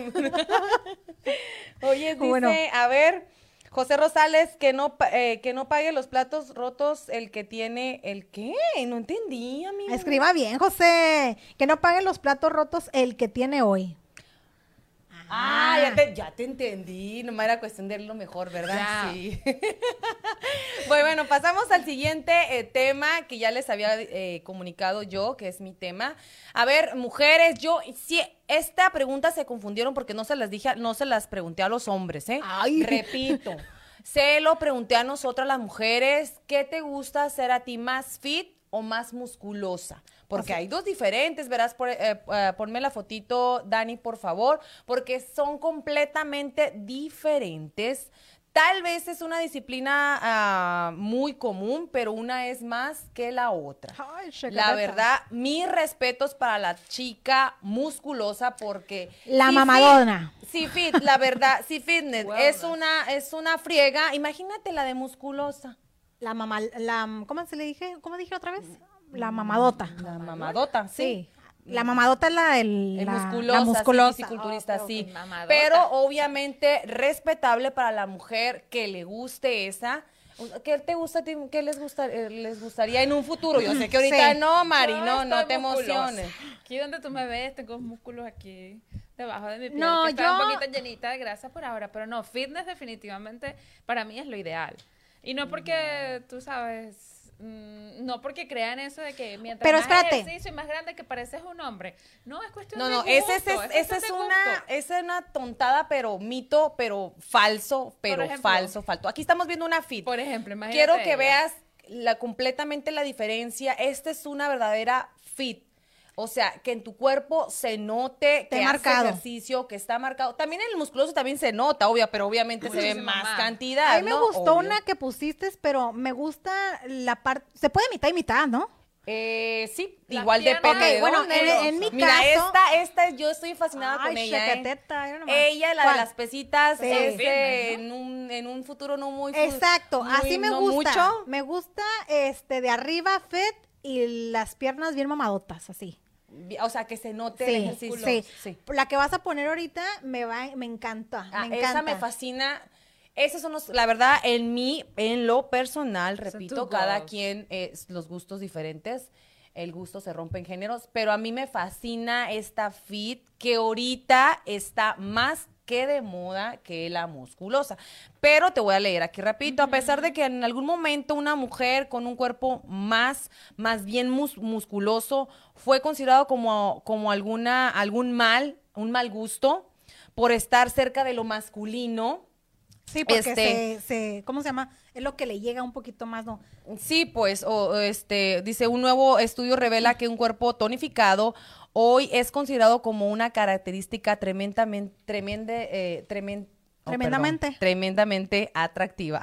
Oye, dice, Bueno. a ver, José Rosales, que no, pa- eh, que no pague los platos rotos el que tiene, ¿el qué? No entendí, amigo. Escriba bien, José. Que no pague los platos rotos el que tiene hoy. Ah, ya te, ya te entendí. Nomás era cuestión de lo mejor, ¿verdad? Ya. Sí. Pues bueno, pasamos al siguiente eh, tema que ya les había eh, comunicado yo, que es mi tema. A ver, mujeres, yo, sí, esta pregunta se confundieron porque no se las dije, no se las pregunté a los hombres, ¿eh? Ay. Repito, se lo pregunté a nosotras las mujeres, ¿qué te gusta hacer a ti, más fit o más musculosa? Porque hay dos diferentes, verás, por, eh, eh, ponme la fotito, Dani, por favor, porque son completamente diferentes. Tal vez es una disciplina ah, muy común, pero una es más que la otra. Ay, chacareta. La verdad, mis respetos para la chica musculosa porque... La sí, mamadona. fit, Sí, fit, la verdad, sí, fitness. Wellness. Es una, es una friega. Imagínate la de musculosa. La mamá, la, ¿cómo se le dije? ¿Cómo dije otra vez? La mamadota. La mamadota, sí. Sí. La mamadota es la, el, El la, musculosa, la musculosa. sí, fisiculturista, Oh, sí. ok, mamadota. Pero obviamente respetable para la mujer que le guste esa. ¿Qué te gusta a ti? ¿Qué les, gusta, eh, les gustaría en un futuro? Yo sé que ahorita Sí. no, Mari, Yo no, no estoy te musculosa. emociones. Aquí donde tú me ves, tengo músculos aquí debajo de mi piel, No, que está yo- un poquito llenita de grasa por ahora, pero no, fitness definitivamente para mí es lo ideal. Y no porque, tú sabes, mm, no porque crean eso de que mientras Pero más espérate. ejercicio y más grande que pareces un hombre. No, es cuestión No, de no, gusto. ese, ese, es ese cuestión es de una, gusto. esa es una tontada, pero mito, pero falso, pero ejemplo. falso, falso. Aquí estamos viendo una fit. Por ejemplo, imagínate Quiero que ella. veas la, completamente la diferencia. Esta es una verdadera fit. O sea, que en tu cuerpo se note Esté que haces marcado. ejercicio, que está marcado. También en el musculoso también se nota, obvio, pero obviamente se ve Muchísimo más más. cantidad, A mí me ¿no? gustó Obvio. una que pusiste, pero me gusta la parte, se puede mitad y mitad, ¿no? Eh, sí, Las igual piernas. depende Ok, de bueno, dónde. en- en mi Mira, caso- esta, esta, yo estoy fascinada Ay, con ella, ¿eh? chaqueteta, mira nomás. Ella, la ¿Cuál? de las pesitas, Sí. es Fitness, de- ¿no? en, un, en un futuro no muy... fu- Exacto, muy- así me no gusta. mucho. Me gusta este de arriba fit y las piernas bien mamadotas, así. O sea, que se note el Sí, ejercicio. sí, La que vas a poner ahorita me va, me encanta, Ah, me encanta. esa me fascina. Esos son los, la verdad, en mí, en lo personal, Son repito, tus cada gustos. quien es los gustos diferentes. El gusto se rompe en géneros, pero a mí me fascina esta fit que ahorita está más que de moda que la musculosa. Pero te voy a leer aquí rapidito, a pesar de que en algún momento una mujer con un cuerpo más, más bien mus- musculoso fue considerado como, como alguna, algún mal, un mal gusto por estar cerca de lo masculino. Sí, porque Este- se, se, ¿cómo se llama? Es lo que le llega un poquito más, ¿no? Sí, pues, o, este, dice, un nuevo estudio revela que un cuerpo tonificado hoy es considerado como una característica tremendamente, tremende, eh, tremen- oh, Tremendamente. perdón, tremendamente atractiva.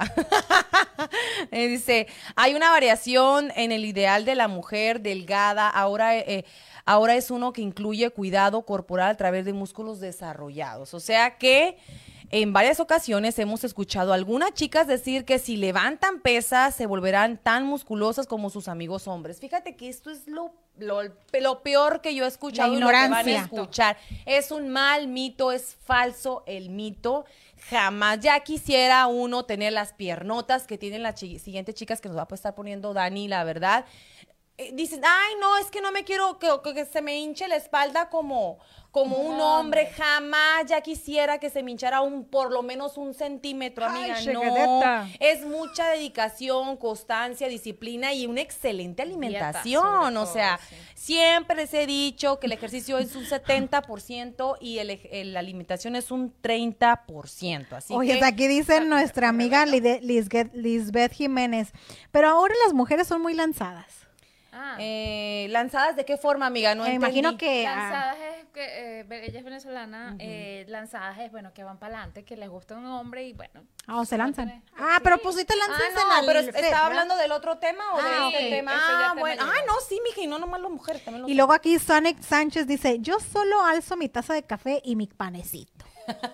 Eh, dice, hay una variación en el ideal de la mujer delgada, ahora, eh, ahora es uno que incluye cuidado corporal a través de músculos desarrollados. O sea que en varias ocasiones hemos escuchado a algunas chicas decir que si levantan pesas se volverán tan musculosas como sus amigos hombres. Fíjate que esto es lo, lo, lo peor que yo he escuchado La y lo que van a ignorancia. escuchar. Es un mal mito, es falso el mito. Jamás ya quisiera uno tener las piernotas que tienen las chi- siguientes chicas que nos va a estar poniendo Dani, la verdad. Eh, dicen, ay, no, es que no me quiero que, que- que se me hinche la espalda como, como un hombre. Jamás ya quisiera que se me hinchara un, por lo menos un centímetro, Ay, amiga. chiquitita. No, es mucha dedicación, constancia, disciplina y una excelente alimentación. sobre O todo, sea, sí. siempre les he dicho que el ejercicio es un setenta por ciento y el, ej- el- la alimentación es un treinta por ciento. Así Oye, que... aquí dice nuestra amiga Lide- Lisguet- Lisbeth Jiménez, pero ahora las mujeres son muy lanzadas. Ah, Eh, ¿lanzadas de qué forma, amiga? No Me imagino entendí. que... ah, lanzadas es que eh, ve- ella es venezolana, eh, lanzadas es bueno que van para adelante, que les gusta un hombre y bueno. ah, o se lanzan. tiene- Ah, pero pues si te lanzas Ah, en no, el pero fit, ¿estaba ¿verdad? hablando del otro tema o Ah, de este ok. tema? Ese ya Ah, tema bueno. llegó. Ah, no, sí, mija, y no nomás las mujeres, también los Y luego aquí Sonic Sánchez dice, yo solo alzo mi taza de café y mi panecito.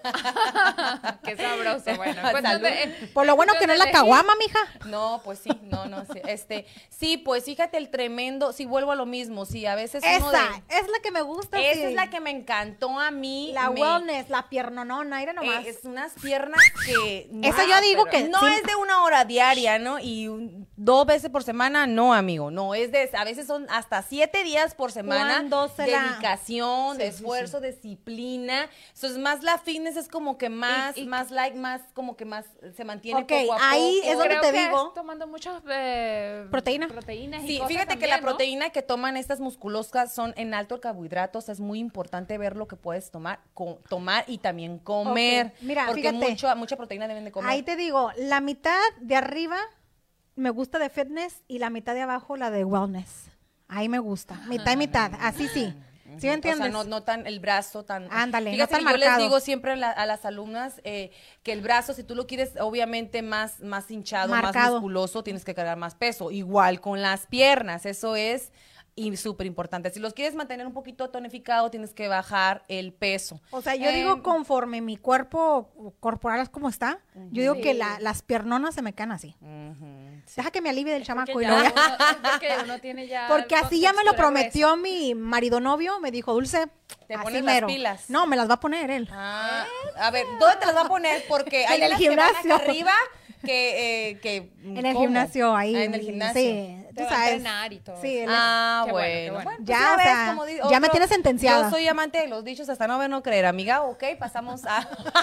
Qué sabroso, bueno. cuestión de- eh, Por lo bueno que no es la cuestión de caguama, mija. No, pues sí, no, no, sí, este, sí, pues fíjate el tremendo, sí, vuelvo a lo mismo, sí, a veces uno Esa, de- es la que me gusta. esa sí. es la que me encantó a mí. La me- wellness, la piernonona, mira nomás. eh, es unas piernas que... Eso no, yo digo pero que No sí. es de una hora diaria, ¿no? Y un- dos veces por semana, no, amigo, no, es de, a veces son hasta siete días por semana. ¿Cuándo se la- Dedicación, Sí, sí, esfuerzo, disciplina. Eso es más, la fitness es como que más, Y- y- más like, más como que más se mantiene Ok, poco a ahí poco. es donde creo te que digo. es tomando muchos eh, Proteína. proteínas y Sí, cosas fíjate que la también, ¿no? proteína que toman estas musculosas son en alto carbohidratos. Es muy importante ver lo que puedes tomar, co- tomar y también comer. Ok, mira, porque fíjate. mucho, mucha proteína deben de comer. Ahí te digo, la mitad de arriba me gusta de fitness y la mitad de abajo la de wellness. Ahí me gusta. Mitad y mitad. Así sí. ¿Sí me entiendes? O sea, no, no tan el brazo tan... Ándale, no Fíjate tan que yo les marcado. digo siempre a, la- a las alumnas eh, que el brazo, si tú lo quieres obviamente más, más hinchado, más Marcado. musculoso, tienes que cargar más peso. Igual con las piernas, eso es y súper importante. Si los quieres mantener un poquito tonificado, tienes que bajar el peso. O sea, yo Eh, digo conforme mi cuerpo corporal es como está, yo digo que la- las piernonas se me caen así. ujú, sí. Deja que me alivie del Porque chamaco y ya lo voy a- uno- es porque uno tiene ya Porque el así ya me lo textura gruesa. prometió mi marido novio, me dijo, Dulce, ¿Te así pones las mero. pilas? No, me las va a poner él. Ah, a ver, ¿dónde te las va a poner? Porque hay En el unas que van gimnasio. acá arriba que, eh, que En el ¿cómo? gimnasio ahí. Ah, en el gimnasio. Sí, Te tú va a sabes. entrenar y todo Sí, eso. él es- Ah, Qué bueno. bueno, qué bueno. Bueno, Ya, pues o ves, sea, como di- ya me otro- tienes sentenciada. Yo soy amante de los dichos hasta no ver, no creer, amiga. Ok, pasamos a...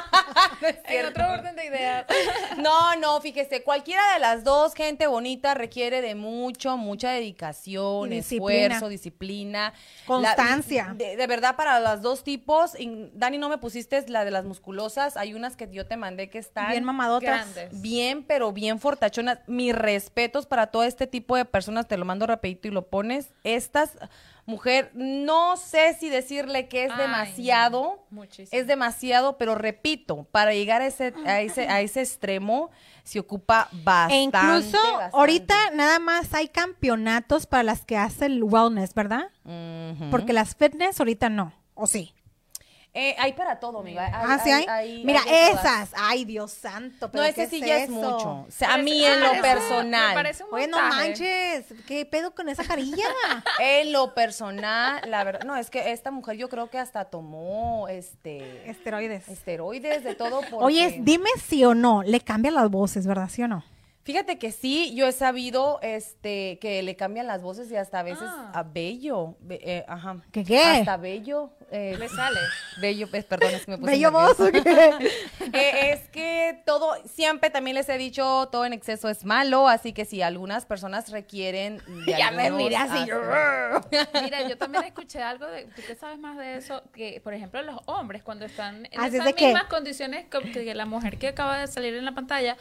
No es En cierto. otro orden de ideas. No, no, fíjese, cualquiera de las dos, gente bonita, requiere de mucho, mucha dedicación, Y disciplina. esfuerzo, disciplina. Constancia. La- de, de verdad, para los dos tipos, y, Dani, no me pusiste la de las musculosas, hay unas que yo te mandé que están Bien mamadotas. Grandes. bien, pero bien fortachonas. Mis respetos para todo este tipo de personas personas, te lo mando rapidito y lo pones. Estas, mujer, no sé si decirle que es Ay, demasiado, muchísimo. es demasiado, pero repito, para llegar a ese, a ese, a ese extremo se ocupa bastante. E incluso bastante. ahorita nada más hay campeonatos para las que hace el wellness, ¿verdad? Ujú. Porque las fitness ahorita no, ¿o sí? Eh, hay para todo, amiga. Hay- Ah, ¿sí hay? hay- Mira, hay de todas. esas. Ay, Dios santo. No, ¿pero ese qué sí es ya es eso? mucho. O sea, a Parece- mí en lo parece- personal. Me parece un Oye, no montaje. manches. ¿Qué pedo con esa carilla? En lo personal, la verdad, no, es que esta mujer yo creo que hasta tomó este Esteroides. esteroides de todo porque Oye, dime sí o no. Le cambian las voces, ¿verdad? ¿Sí o no? fíjate que sí, yo he sabido este que le cambian las voces y hasta a veces Ah. a bello, be- eh, ajá. ¿Qué qué? Hasta bello, eh, Le sale. bello, pues, perdón, es que me puse ¿Bello nerviosa. voz o qué? Eh, es que todo, siempre también les he dicho, todo en exceso es malo, así que si algunas personas requieren de Ya me algunos mira así. as- Mira, yo también escuché algo de, tú que sabes más de eso, que por ejemplo los hombres cuando están en Así es esas de que- mismas condiciones como que la mujer que acaba de salir en la pantalla,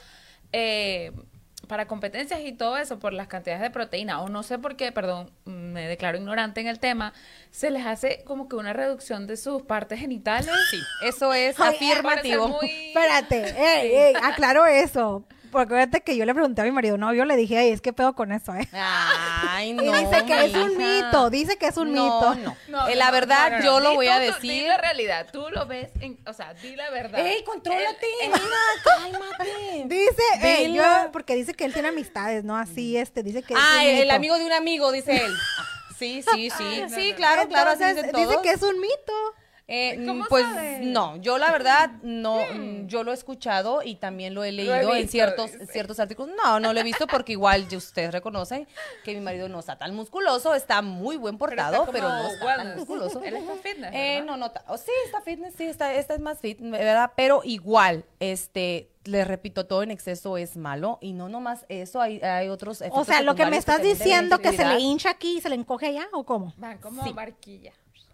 eh, para competencias y todo eso, por las cantidades de proteína, o no sé por qué, perdón, me declaro ignorante en el tema, se les hace como que una reducción de sus partes genitales. Sí. Eso es Ay, afirmativo. Parece muy- Espérate, ey, ey, aclaro eso. Porque fíjate que yo le pregunté a mi marido, no, yo le dije, ay, es que pedo con eso, ¿eh? Ay, no. Y dice que es un mija. mito, dice que es un No, mito. no. No, Eh, no, la no, verdad, no, no, yo no. lo Di voy tú, a tú, decir. Di la realidad, tú lo ves, en, o sea, di la verdad. ¡Ey, contrólate! El- el- Mira, cálmate. Dice, ey, Dilo. yo, porque dice que él tiene amistades, ¿no? Así, este, dice que es Ah, un el mito. amigo de un amigo, dice él. Sí, sí, sí. Sí, claro, claro, así Entonces, dicen dice todos. que es un mito. Eh, ¿Cómo pues sabes? no, yo la verdad no, mm, yo lo he escuchado y también lo he leído en visto, ciertos dice. ciertos artículos. No, no lo he visto porque igual ya ustedes reconocen que mi marido no está tan musculoso, está muy buen Pero está portado, como pero, no está tan wellness. musculoso. Él está fitness, Eh, ¿verdad? no, no, ta- oh, sí, está fitness, sí, está, esta es más fit, ¿verdad? Pero igual, este, les repito, todo en exceso es malo y no nomás eso, hay, hay otros O efectos sea, lo que me secundarios estás también deben diciendo que se le cuidar. hincha aquí y se le encoge allá, ¿o cómo? Van como Sí. barquilla.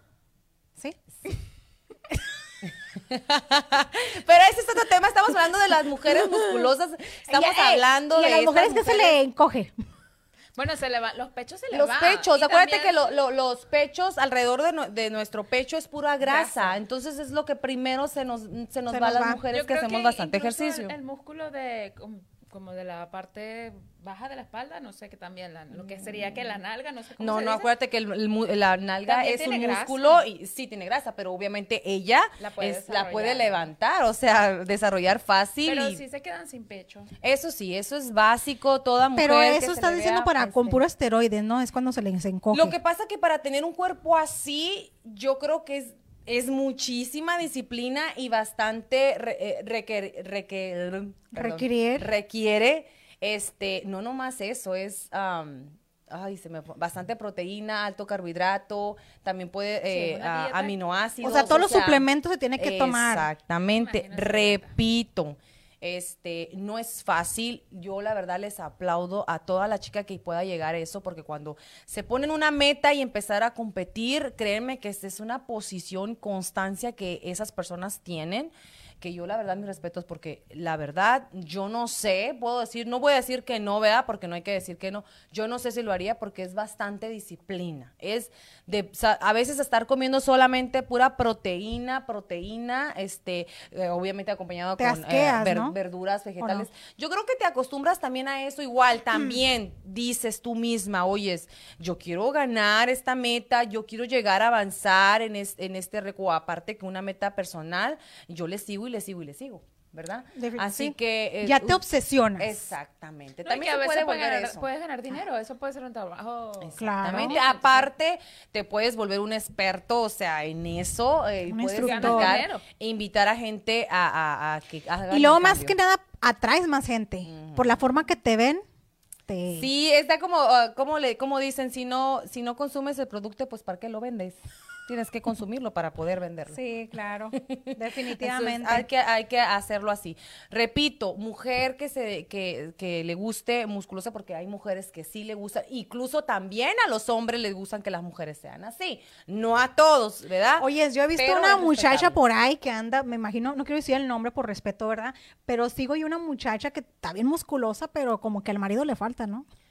¿Sí? Pero ese es otro tema, estamos hablando de las mujeres musculosas, estamos Y, ey, hablando y de a las estas mujeres que se le encoge. Bueno, se le va, los pechos se le Los van. pechos, Y acuérdate también- que lo- lo- los pechos alrededor de, nu- de nuestro pecho es pura grasa, Grasa. entonces es lo que primero se nos, se nos Se va a nos las va. mujeres Yo que creo hacemos bastante incluso ejercicio. El, el músculo de como, como de la parte baja de la espalda, no sé, que también la- lo que sería que la nalga, no sé cómo No, se no, dice. acuérdate que el- el mu- la nalga También es un tiene grasa. músculo y sí tiene grasa, pero obviamente ella La puede es- la puede desarrollar. levantar, o sea, desarrollar fácil. Pero y sí se quedan sin pecho. eso sí, eso es básico, toda mujer Pero que eso se estás le diciendo vea, para este, con puro esteroides, ¿no? Es cuando se les encoge. Lo que pasa que para tener un cuerpo así, yo creo que es, es muchísima disciplina y bastante re- eh, requer- requer- perdón, Requerir. requiere, este, no nomás eso, es am, ay, se me fue, bastante proteína, alto carbohidrato, también puede eh, una a- dieta. aminoácidos. O sea, todos los suplementos se tienen que tomar. Exactamente, Imagínate. repito. Este, no es fácil. Yo la verdad les aplaudo a toda la chica que pueda llegar a eso, porque cuando se ponen una meta y empezar a competir, créanme que esta es una posición, constancia que esas personas tienen, que yo la verdad mis respetos, porque la verdad yo no sé, puedo decir, no voy a decir que no, vea, porque no hay que decir que no, yo no sé si lo haría porque es bastante disciplina, es de, o sea, a veces estar comiendo solamente pura proteína, proteína, este, eh, obviamente acompañado Te con asqueas, ver- ¿no? verduras, vegetales. ¿O Yo creo que te acostumbras también a eso igual, también dices tú misma, oyes, yo quiero ganar esta meta, yo quiero llegar a avanzar en, es- en este reco, aparte que una meta personal, yo le sigo y le sigo y le sigo, ¿verdad? Defin- Así sí. que... eh, Ya te u- obsesionas. Exactamente. No, y También que a se veces puede puedes volver ganar, eso. puedes ganar dinero, eso puede ser un trabajo. Claro. Exactamente. Aparte, te puedes volver un experto, o sea, en eso. Eh, Un puedes instructor. invitar, Dinero. invitar a gente a, a- a que hagan Y luego el más cambio. que nada atraes más gente. Por la forma que te ven, te... Sí, está como, ah, como, le, como dicen, si no, si no consumes el producto, pues ¿para qué lo vendes? Tienes que consumirlo para poder venderlo. Sí, claro. Entonces, Definitivamente. hay que, hay que hacerlo así. Repito, mujer que se, que, que le guste musculosa, porque hay mujeres que sí le gustan, incluso también a los hombres les gustan que las mujeres sean así. No a todos, ¿verdad? Oye, yo he visto Pero una es muchacha respetable. por ahí que anda, me imagino, no quiero decir el nombre por respeto, ¿verdad? Pero sigo yo una muchacha que está bien musculosa, pero como que al marido le falta, ¿no?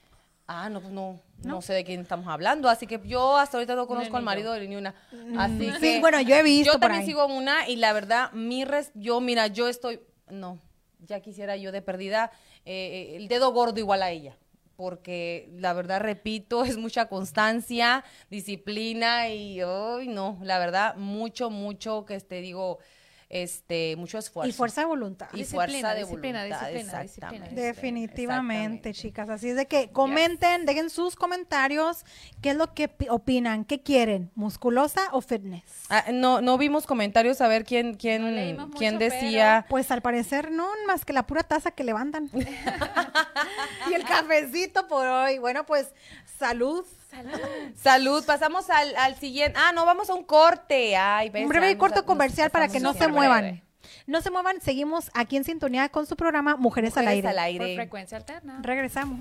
Ah, no, pues no, no, no sé de quién estamos hablando, así que yo hasta ahorita no conozco No, al ni marido de ni una. Así Sí, que bueno, yo he visto yo por también ahí. sigo una y la verdad, mi res, yo, mira, yo estoy, no, ya quisiera yo de perdida eh, el dedo gordo igual a ella. Porque la verdad, repito, es mucha constancia, disciplina y, hoy no, la verdad, mucho, mucho que te digo, este, mucho esfuerzo. Y fuerza de voluntad. Y Disciplina, fuerza de disciplina, voluntad, disciplina, exactamente. disciplina. Definitivamente, Exactamente. chicas. Así es de que comenten, dejen sus comentarios. ¿Qué es lo que pi- opinan? ¿Qué quieren? ¿Musculosa o fitness? Ah, no, no vimos comentarios a ver quién, quién, No leímos mucho, quién decía. Pues al parecer no, más que la pura taza que levantan. Y el cafecito por hoy. Bueno, pues salud. Salud, pasamos al, al siguiente. Ah, no, vamos a un corte. Ay, ves, Un breve ya y corto nos- comercial nos para que no pasamos se súper muevan. breve. No se muevan, seguimos aquí en sintonía con su programa Mujeres, al Mujeres Aire. al Por aire. frecuencia alterna. Regresamos.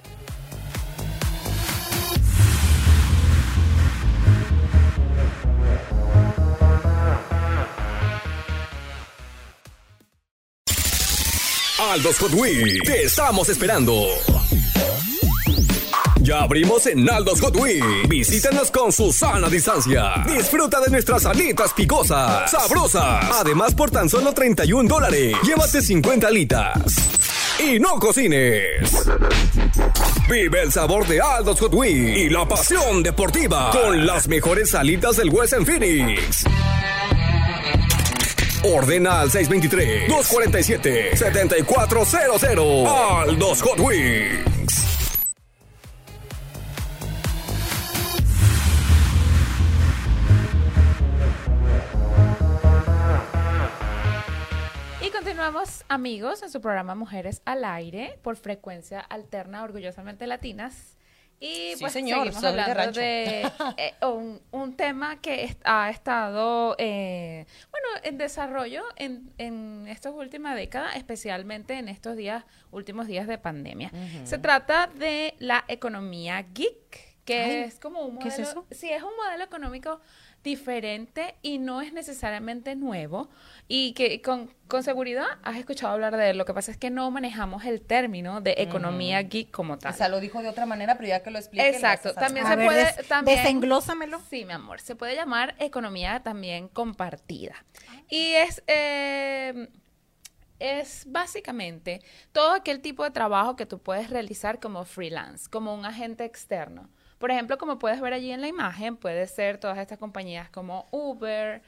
Aldos Hot Wheels, te estamos esperando. Ya abrimos en Aldos Hot Wheels. Visítanos con su sana distancia. Disfruta de nuestras alitas picosas, sabrosas. Además, por tan solo treinta y un dólares, llévate cincuenta alitas. Y no cocines. Vive el sabor de Aldos Hot Wheels y la pasión deportiva con las mejores alitas del West en Phoenix. Ordena al seis dos tres, dos cuatro siete, siete cuatro cero cero. Aldos Hot Wheels. Y continuamos, amigos, en su programa Mujeres al Aire, por frecuencia alterna, orgullosamente latinas. Y Sí, pues señor, seguimos soy de hablando rancho. de, eh, un, un tema que est- ha estado, eh, bueno, en desarrollo en, en esta última década, especialmente en estos días, últimos días de pandemia. Se trata de la economía geek, que Ay, es como un ¿qué modelo, es eso? sí, es un modelo económico diferente y no es necesariamente nuevo y que con, con seguridad has escuchado hablar de él. Lo que pasa es que no manejamos el término de economía geek como tal. O sea, lo dijo de otra manera, pero ya que lo explique. Exacto, lo vas a también A se ver, puede des- también desenglósamelo. Sí, mi amor, se puede llamar economía también compartida. Y es eh, es básicamente todo aquel tipo de trabajo que tú puedes realizar como freelance, como un agente externo. Por ejemplo, como puedes ver allí en la imagen, puede ser todas estas compañías como Uber,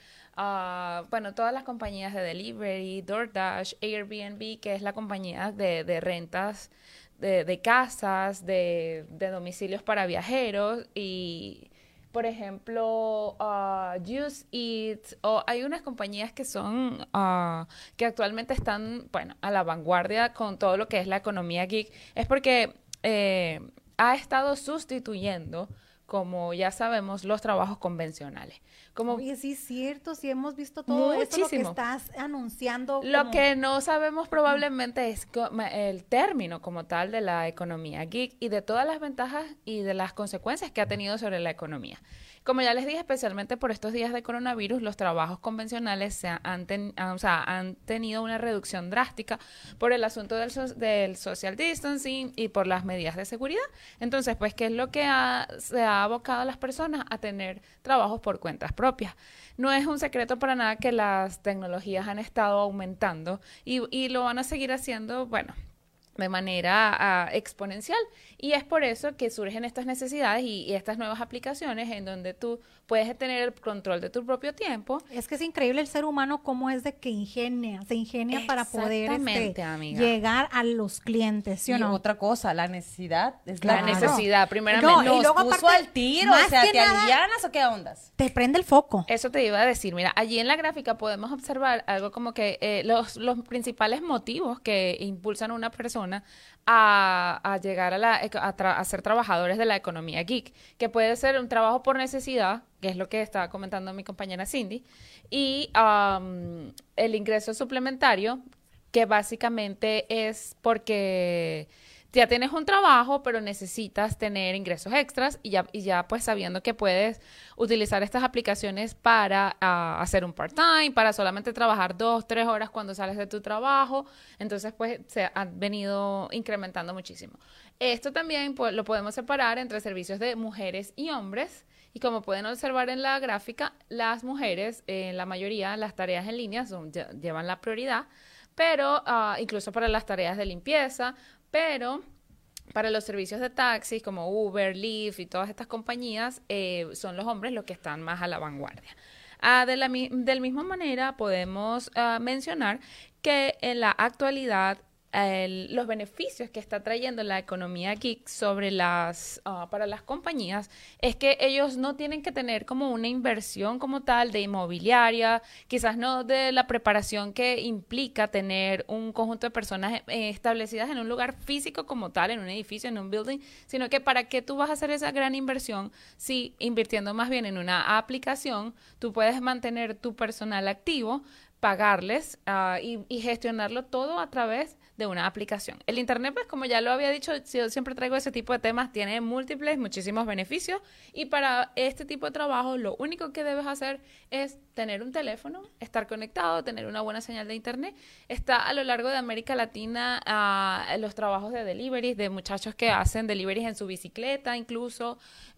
ah, bueno, todas las compañías de delivery, DoorDash, Airbnb, que es la compañía de, de rentas de, de casas, de, de domicilios para viajeros y, por ejemplo, uh, Just Eat, o hay unas compañías que son, uh, que actualmente están, bueno, a la vanguardia con todo lo que es la economía geek. Es porque eh, ha estado sustituyendo, como ya sabemos, los trabajos convencionales. Como Oye, sí es cierto, sí hemos visto todo esto lo que Muchísimo. estás anunciando. Lo como- que no sabemos probablemente es co- ma- el término como tal de la economía geek y de todas las ventajas y de las consecuencias que ha tenido sobre la economía. Como ya les dije, especialmente por estos días de coronavirus, los trabajos convencionales se han, ten- han- o sea, han tenido una reducción drástica por el asunto del, so- del social distancing y por las medidas de seguridad. Entonces, pues, ¿qué es lo que ha- se ha abocado a las personas a tener trabajos por cuentas propias? No es un secreto para nada que las tecnologías han estado aumentando y, y lo van a seguir haciendo, bueno, de manera ah, exponencial. Y es por eso que surgen estas necesidades y, y estas nuevas aplicaciones en donde tú puedes tener el control de tu propio tiempo. Es que es increíble el ser humano cómo es de que ingenia, se ingenia para poder Exactamente, este, amiga. llegar a los clientes, ¿sí o Y no? otra cosa, la necesidad es La la Claro. necesidad, primeramente. No, Nos y luego puso aparte, al tiro, más o sea, que ¿te nada- alivianas o qué ondas? Te prende el foco. Eso te iba a decir, mira, allí en la gráfica podemos observar algo como que eh, los, los principales motivos que impulsan a una persona a, a llegar a, la, a, tra- a ser trabajadores de la economía geek, que puede ser un trabajo por necesidad, que es lo que estaba comentando mi compañera Cindy, y um, el ingreso suplementario, que básicamente es porque ya tienes un trabajo, pero necesitas tener ingresos extras y ya, y ya pues sabiendo que puedes utilizar estas aplicaciones para uh, hacer un part-time, para solamente trabajar dos, tres horas cuando sales de tu trabajo, entonces pues se ha venido incrementando muchísimo. Esto también pues, lo podemos separar entre servicios de mujeres y hombres. Y como pueden observar en la gráfica, las mujeres, en eh, la mayoría, las tareas en línea son, llevan la prioridad, pero uh, incluso para las tareas de limpieza, pero para los servicios de taxis como Uber, Lyft y todas estas compañías, eh, son los hombres los que están más a la vanguardia. Uh, de la de la misma manera, podemos uh, mencionar que en la actualidad, El, los beneficios que está trayendo la economía geek sobre las uh, para las compañías es que ellos no tienen que tener como una inversión como tal de inmobiliaria, quizás no de la preparación que implica tener un conjunto de personas eh, establecidas en un lugar físico como tal, en un edificio, en un building, sino que para qué tú vas a hacer esa gran inversión si invirtiendo más bien en una aplicación, tú puedes mantener tu personal activo, pagarles uh, y, y gestionarlo todo a través de una aplicación. El internet, pues como ya lo había dicho, yo siempre traigo ese tipo de temas, tiene múltiples, muchísimos beneficios y para este tipo de trabajo lo único que debes hacer es tener un teléfono, estar conectado, tener una buena señal de internet. Está a lo largo de América Latina uh, los trabajos de deliveries, de muchachos que hacen deliveries en su bicicleta incluso.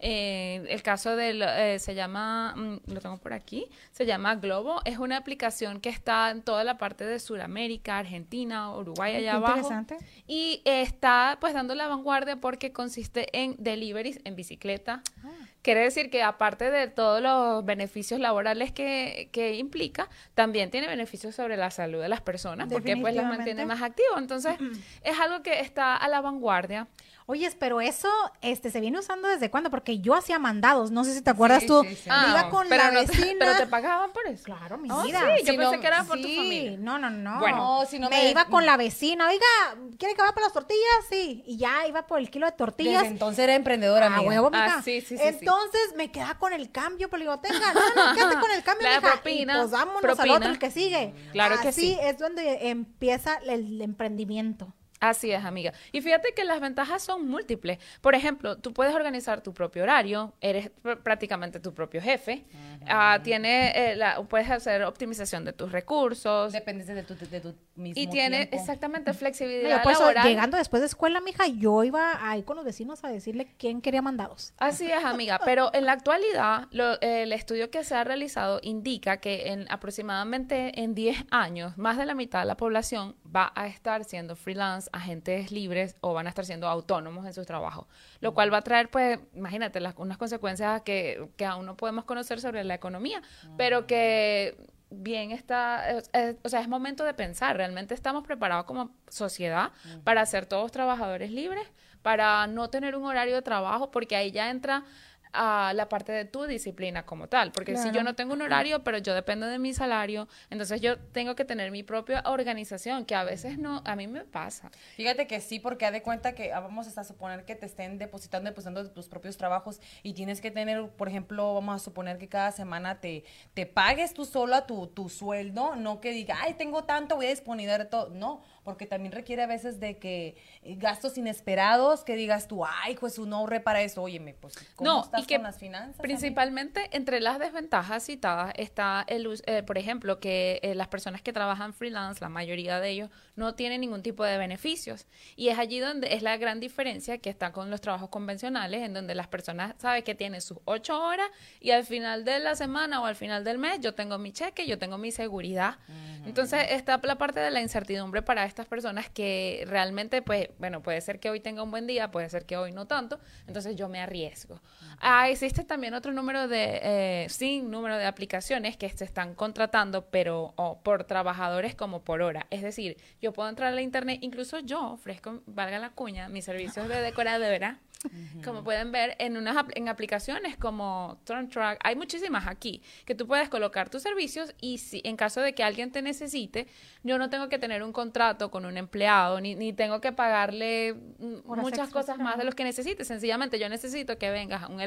Eh, el caso de, eh, se llama, mm, lo tengo por aquí, se llama Globo, es una aplicación que está en toda la parte de Sudamérica, Argentina, Uruguay, allá abajo. Interesante. Y está pues dando la vanguardia porque consiste en deliveries en bicicleta. Ah. Quiere decir que aparte de todos los beneficios laborales que, que implica, también tiene beneficios sobre la salud de las personas porque pues las mantiene más activos. Entonces es algo que está a la vanguardia. Oye, pero eso este se viene usando ¿desde cuándo? Porque yo hacía mandados, no sé si te acuerdas sí, tú. Sí, sí. Ah, iba con pero la no vecina. Te, ¿Pero te pagaban por eso? Claro, mi oh, vida. Sí, yo si pensé no, que era por sí, tu familia. No, no, no. Bueno, no, si no me, me iba con la vecina. Oiga, ¿quiere que vaya por las tortillas? Sí. Y ya iba por el kilo de tortillas. Desde entonces era emprendedora, amiga. Ah, huevo, mija. Ah, sí, sí, sí. Entonces sí. me quedaba con el cambio, pero digo, tenga, no, no, quédate con el cambio, la mija. propina. Y pues vámonos propina. al otro, el que sigue. Claro Así que sí. es donde empieza el emprendimiento. Así es, amiga. Y fíjate que las ventajas son múltiples. Por ejemplo, tú puedes organizar tu propio horario, eres pr- prácticamente tu propio jefe, uh, tiene, eh, la, puedes hacer optimización de tus recursos. Dependes de tu, de tu mismo Y tiene tiempo. exactamente flexibilidad Mira, por eso, laboral. llegando después de escuela, mija, yo iba ahí con los vecinos a decirle quién quería mandados. Así es, amiga. Pero en la actualidad, lo, el estudio que se ha realizado indica que en aproximadamente en diez años, más de la mitad de la población va a estar siendo freelance, agentes libres o van a estar siendo autónomos en sus trabajos. Lo cual va a traer, pues, imagínate, las, unas consecuencias que, que aún no podemos conocer sobre la economía, pero que bien está, es, es, o sea, es momento de pensar, ¿realmente estamos preparados como sociedad uh-huh. para ser todos trabajadores libres, para no tener un horario de trabajo? Porque ahí ya entra a la parte de tu disciplina como tal, porque claro. si yo no tengo un horario, pero yo dependo de mi salario, entonces yo tengo que tener mi propia organización, que a veces no, a mí me pasa. Fíjate que sí, porque haz de cuenta que vamos a suponer que te estén depositando, depositando tus propios trabajos y tienes que tener, por ejemplo, vamos a suponer que cada semana te, te pagues tú sola tu, tu sueldo, no que diga, ay, tengo tanto, voy a disponer de todo, no, porque también requiere a veces de que gastos inesperados, que digas tú, ay, pues no ahorré para eso, óyeme, pues, ¿cómo no, estás y que con las finanzas? Principalmente también? Entre las desventajas citadas está, el, eh, por ejemplo, que eh, las personas que trabajan freelance, la mayoría de ellos, no tienen ningún tipo de beneficios. Y es allí donde es la gran diferencia que está con los trabajos convencionales, en donde las personas saben que tienen sus ocho horas y al final de la semana o al final del mes yo tengo mi cheque, yo tengo mi seguridad. Uh-huh. Entonces está la parte de la incertidumbre para estas personas que realmente, pues, bueno, puede ser que hoy tenga un buen día, puede ser que hoy no tanto, entonces yo me arriesgo. Uh-huh. Ah, existe también otro número de, eh, sin número de aplicaciones que se están contratando, pero oh, por trabajadores como por hora. Es decir, yo puedo entrar a la internet, incluso yo ofrezco, valga la cuña, mis servicios de decoradora. Uh-huh. Como pueden ver, en unas en aplicaciones como TurnTrack, hay muchísimas aquí, que tú puedes colocar tus servicios y si en caso de que alguien te necesite, yo no tengo que tener un contrato con un empleado, ni, ni tengo que pagarle Horas muchas extras, cosas más de los que necesite. Sencillamente yo necesito que vengas a un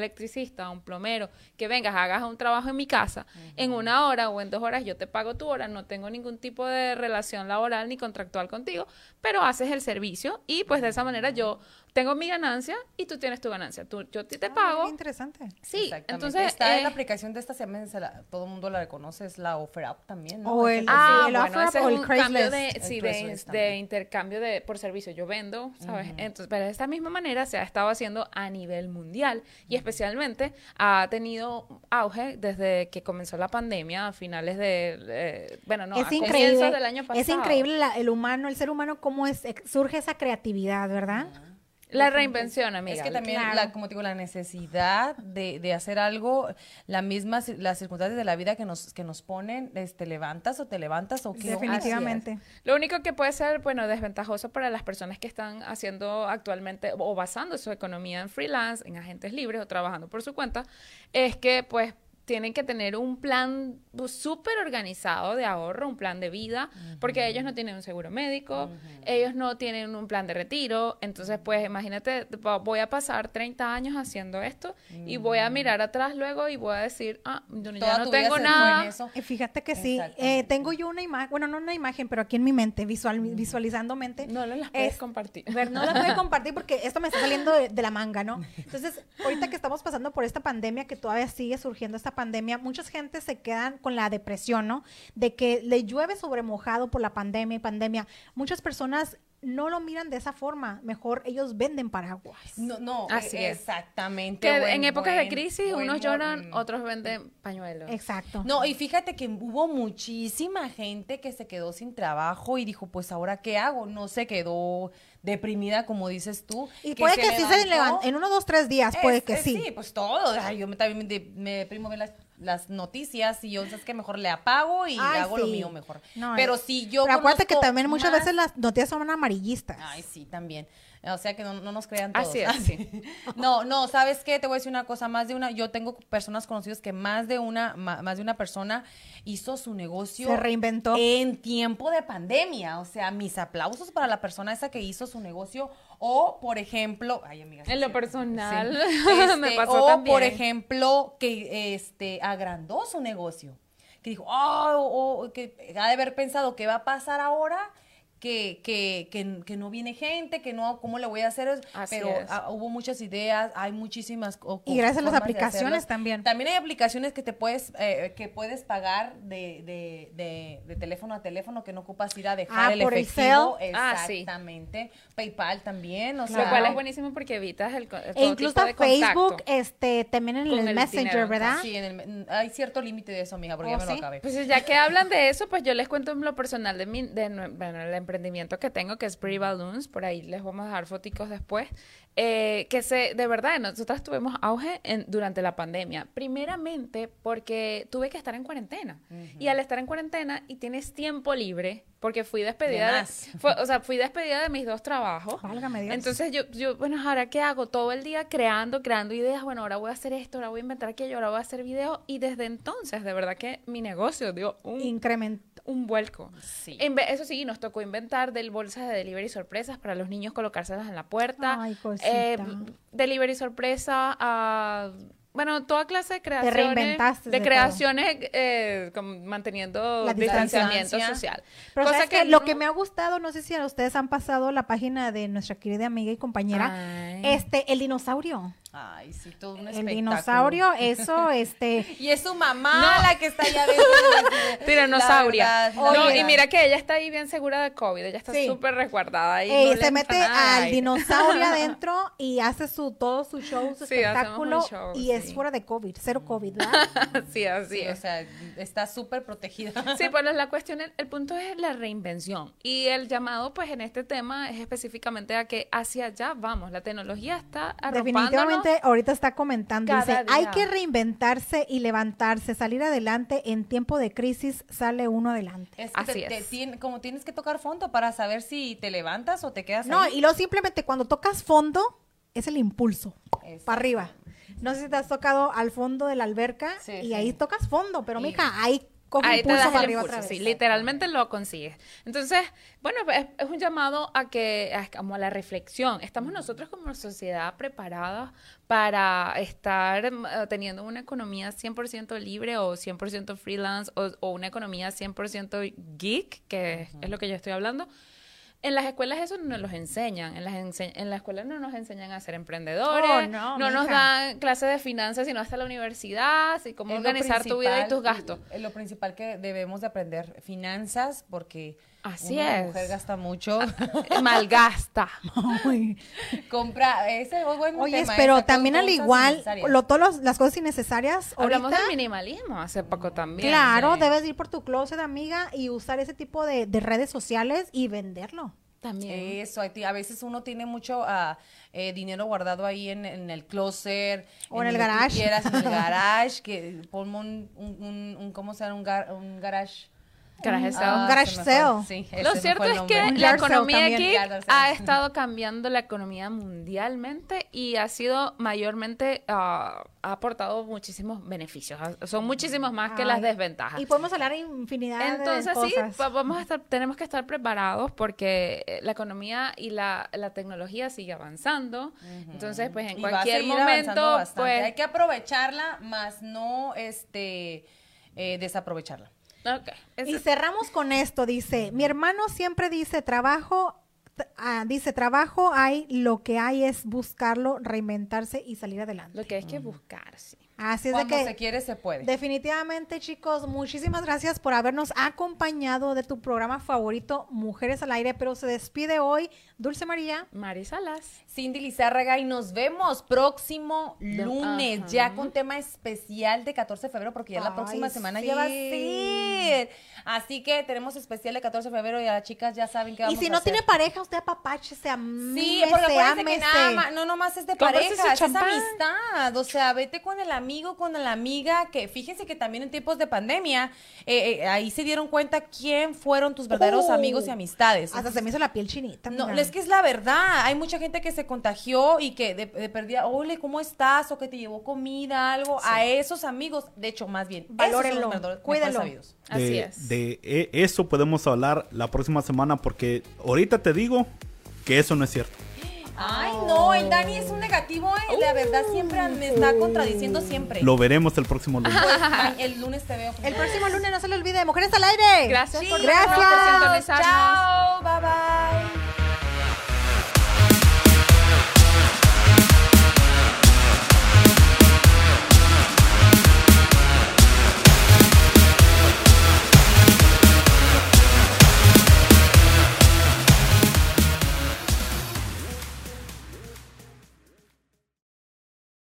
electricista, a un plomero, que vengas, hagas un trabajo en mi casa, uh-huh. en una hora o en dos horas yo te pago tu hora, no tengo ningún tipo de relación laboral ni contractual contigo, pero haces el servicio y pues de esa manera yo tengo mi ganancia y tú tienes tu ganancia. Tú, yo te, te Ah, pago. qué interesante. Sí, entonces está eh, en la aplicación de esta, se llama, se la- todo el mundo la reconoce, es la OfferUp también, ¿no? O Esa el- que- Ah, el bueno, offer ese es o el un cambio de, Craigslist. sí, El de, Craigslist de también. intercambio de, por servicio. Yo vendo, ¿sabes? Entonces, pero de esta misma manera se ha estado haciendo a nivel mundial y especialmente ha tenido auge desde que comenzó la pandemia a finales de, eh, bueno, no, es a increíble, comienzos del año pasado. es increíble la- el humano, el ser humano, cómo es, ex- surge esa creatividad, ¿verdad? La reinvención, amiga. Es que también, Claro. la, como te digo, la necesidad de, de hacer algo, la misma, ci- las circunstancias de la vida que nos, que nos ponen, este, levantas o te levantas o qué. Definitivamente. Lo único que puede ser, bueno, desventajoso para las personas que están haciendo actualmente o basando su economía en freelance, en agentes libres o trabajando por su cuenta, es que pues tienen que tener un plan pues, súper organizado de ahorro, un plan de vida, uh-huh. porque ellos no tienen un seguro médico, uh-huh. ellos no tienen un plan de retiro, entonces pues imagínate, voy a pasar treinta años haciendo esto uh-huh. y voy a mirar atrás luego y voy a decir, ah, yo ya Toda no tu vida tengo se fue nada. en eso. Eh, Fíjate que sí, Exactamente. eh, tengo yo una imagen, bueno, no una imagen, pero aquí en mi mente, visual, visualizando mente. No no las puedes es- compartir. ver, no las voy a compartir porque esto me está saliendo de, de la manga, ¿no? Entonces, ahorita que estamos pasando por esta pandemia, que todavía sigue surgiendo esta pandemia, mucha gente se quedan con la depresión, ¿no? De que le llueve sobre mojado por la pandemia y pandemia. Muchas personas no lo miran de esa forma, mejor ellos venden paraguas. No, no, Así eh, es. exactamente. Que buen- en épocas buen- de crisis buen unos mo- lloran, mm. otros venden pañuelos. Exacto. No, y fíjate que hubo muchísima gente que se quedó sin trabajo y dijo, pues ahora qué hago, no se quedó deprimida como dices tú. Y puede que, sí se levantó. levante, en uno, dos, tres días, puede Es- que es- sí. Sí, pues todo. Ay, yo me, también me, de- me deprimo ver las, las noticias y yo, ¿sabes qué? Mejor le apago y Ay, hago lo sí. mío mejor. No, Pero es- si yo Pero acuérdate que conozco también muchas más- veces las noticias son amarillistas. Ay, sí, también. O sea que no, no nos crean todos. Así es, sí. No, no, ¿sabes qué? Te voy a decir una cosa, más de una, yo tengo personas conocidas que más de una, ma- más de una persona hizo su negocio. Se reinventó. En tiempo de pandemia. O sea, mis aplausos para la persona esa que hizo su negocio. O, por ejemplo, ay, amiga. sí, En lo sí. personal, Sí. me Este, pasó o, también. por ejemplo, que este agrandó su negocio. Que dijo, oh, o, o que ha de haber pensado qué va a pasar ahora. Que, que, que, que no viene gente, que no, ¿cómo le voy a hacer? Así Pero es. ah, hubo muchas ideas, hay muchísimas co- Y gracias a las formas de aplicaciones hacerlos. también. También hay aplicaciones que te puedes, eh, que puedes pagar de, de, de, de teléfono a teléfono, que no ocupas ir a dejar Ah, el por el efectivo. cel. Ah, sí. Exactamente. PayPal también, o Lo sea. cual es buenísimo porque evitas el, co- todo E incluso tipo de Facebook, contacto. este, también en Con el, el Messenger, dinero, ¿verdad? Sí, en el- hay cierto límite de eso, amiga, porque ¿Oh, ya me lo sí? acabé. Pues ya que hablan de eso, pues yo les cuento en lo personal de mi, de nue- bueno, el emprendimiento que tengo, que es Pretty Balloons, por ahí les vamos a dejar foticos después, eh, que se, de verdad, nosotras tuvimos auge en- durante la pandemia, primeramente porque tuve que estar en cuarentena, y al estar en cuarentena y tienes tiempo libre, porque fui despedida, De de, más. fue- o sea, fui despedida de mis dos trabajos, Válgame Dios. entonces yo, yo, bueno, ahora qué hago, todo el día creando, creando ideas, bueno, ahora voy a hacer esto, ahora voy a inventar aquello, ahora voy a hacer videos, y desde entonces, de verdad que mi negocio dio un Incremento. un vuelco. Sí. En ve- eso sí, nos tocó inventar del bolsas de delivery sorpresas para los niños colocárselas en la puerta. Ay, cosita. Eh, delivery sorpresa a... Bueno, toda clase de creaciones. reinventaste De, de creaciones eh, como manteniendo La distanciamiento distancia. social. Pero Cosa ¿sabes que qué? Lo no- que me ha gustado, no sé si a ustedes han pasado la página de nuestra querida amiga y compañera, Ay. este, el dinosaurio. Ay, sí, todo un El espectáculo. dinosaurio, eso, este, Y es su mamá la que está allá adentro. Tiranosauria. La verdad, No, la y verdad. mira que ella está ahí bien segura de COVID. Ella está Sí. súper resguardada. Y eh, no le se entra mete nada al aire. dinosaurio adentro y hace su todo su show, su Sí, espectáculo, hacemos un show, y es sí. fuera de COVID, cero COVID, ¿verdad? Sí, así Sí, o es. sea, está súper protegida. Sí, pero la cuestión, el, el punto es la reinvención. Y el llamado, pues, en este tema es específicamente a que hacia allá vamos. La tecnología está arropándonos. Definitivamente, ahorita está comentando, cada dice, día. hay que reinventarse y levantarse, salir adelante, en tiempo de crisis sale uno adelante. Es que Así te- te es. tien- como tienes que tocar fondo para saber si te levantas o te quedas No, ahí. y luego simplemente cuando tocas fondo, es el impulso, Exacto. para arriba. No sé si te has tocado al fondo de la alberca Sí, y sí. ahí tocas fondo, pero Y- mija, ahí Coge ahí te impulso das para el arriba impulso, otra sí, vez. literalmente lo consigues. Entonces, bueno, es, es un llamado a que, a, como a la reflexión. ¿Estamos nosotros como sociedad preparados para estar eh, teniendo una economía cien por ciento libre o cien por ciento freelance o, o una economía cien por ciento geek, que es, es lo que yo estoy hablando? En las escuelas eso no nos los enseñan. En las ense- en la escuela no nos enseñan a ser emprendedores. Oh, no, no nos mija. dan clases de finanzas, sino hasta la universidad, así cómo Es lo organizar tu vida y tus principal, gastos. Es lo principal que debemos de aprender, finanzas, porque Así una es. mujer gasta mucho. Malgasta. Ay. Compra, ese es buen Oye, tema, pero esa, también todo- al cosas igual, innecesarias. lo, todas los- las cosas innecesarias, Hablamos ahorita, del minimalismo hace poco también. claro, sí. debes ir por tu closet, amiga, y usar ese tipo de, de redes sociales y venderlo. También. Eso, a ti- a veces uno tiene mucho ah, eh, dinero guardado ahí en, en el closet. O en el donde tú garage. quieras, en el garage, que ponme un, un, un, un- ¿cómo se llama? Un, gar- un garage. Garage sale. Un garage se me fue- sale. sí, ese Lo me cierto fue el es nombre. que Un la yard sale economía también. geek Yard sale. ha estado cambiando la economía mundialmente y ha sido mayormente, ah, ha aportado muchísimos beneficios. Ah, Son muchísimos más que Ay, las desventajas. Y podemos hablar de infinidad Entonces de sí, cosas. va- vamos a estar, tenemos que estar preparados porque eh, la economía y la, la tecnología sigue avanzando. Entonces, pues en Y va a cualquier seguir avanzando momento, bastante. pues, Hay que aprovecharla, más no este eh, desaprovecharla. ok, eso- Y cerramos con esto, dice, mi hermano siempre dice, trabajo, t- ah, dice, trabajo hay, lo que hay es buscarlo, reinventarse y salir adelante. lo que hay que buscar, sí. Así es de Cuando que se quiere, se puede. definitivamente, chicos, muchísimas gracias por habernos acompañado de tu programa favorito, Mujeres al Aire, pero se despide hoy Dulce María. Mari Salas. Cindy Lizárraga, y nos vemos próximo De- lunes, ajá. ya con tema especial de catorce de febrero, porque ya la Ay, próxima semana sí. ya va a ser. Así que tenemos especial de catorce de febrero y a las chicas ya saben qué Y vamos si a no hacer. tiene pareja, usted apapache, se Sí, amímese, porque acuérdense que nada ámese. más, no nomás es de Cómprese pareja, su es champán. amistad. O sea, vete con el amigo, con la amiga, que fíjense que también en tiempos de pandemia, eh, eh, ahí se dieron cuenta quién fueron tus verdaderos Oh. amigos y amistades. Hasta se me hizo la piel chinita. No, mira. es que es la verdad. Hay mucha gente que se contagió y que de, de perdida, ole, ¿cómo estás? O que te llevó comida, algo. A esos amigos, de hecho, más bien, Valórenlo, esos son los verdaderos- cuídenlo. mejores sabidos. Así de, es. de e- eso podemos hablar la próxima semana porque ahorita te digo que eso no es cierto. Ay, no, el Dani es un negativo, ¿eh? La verdad, siempre me está contradiciendo siempre. Lo veremos el próximo lunes. Pues, ma- el lunes te veo. El próximo lunes no se le olvide, Mujeres al Aire. Gracias por, Gracias. por sintonizarnos. Chao.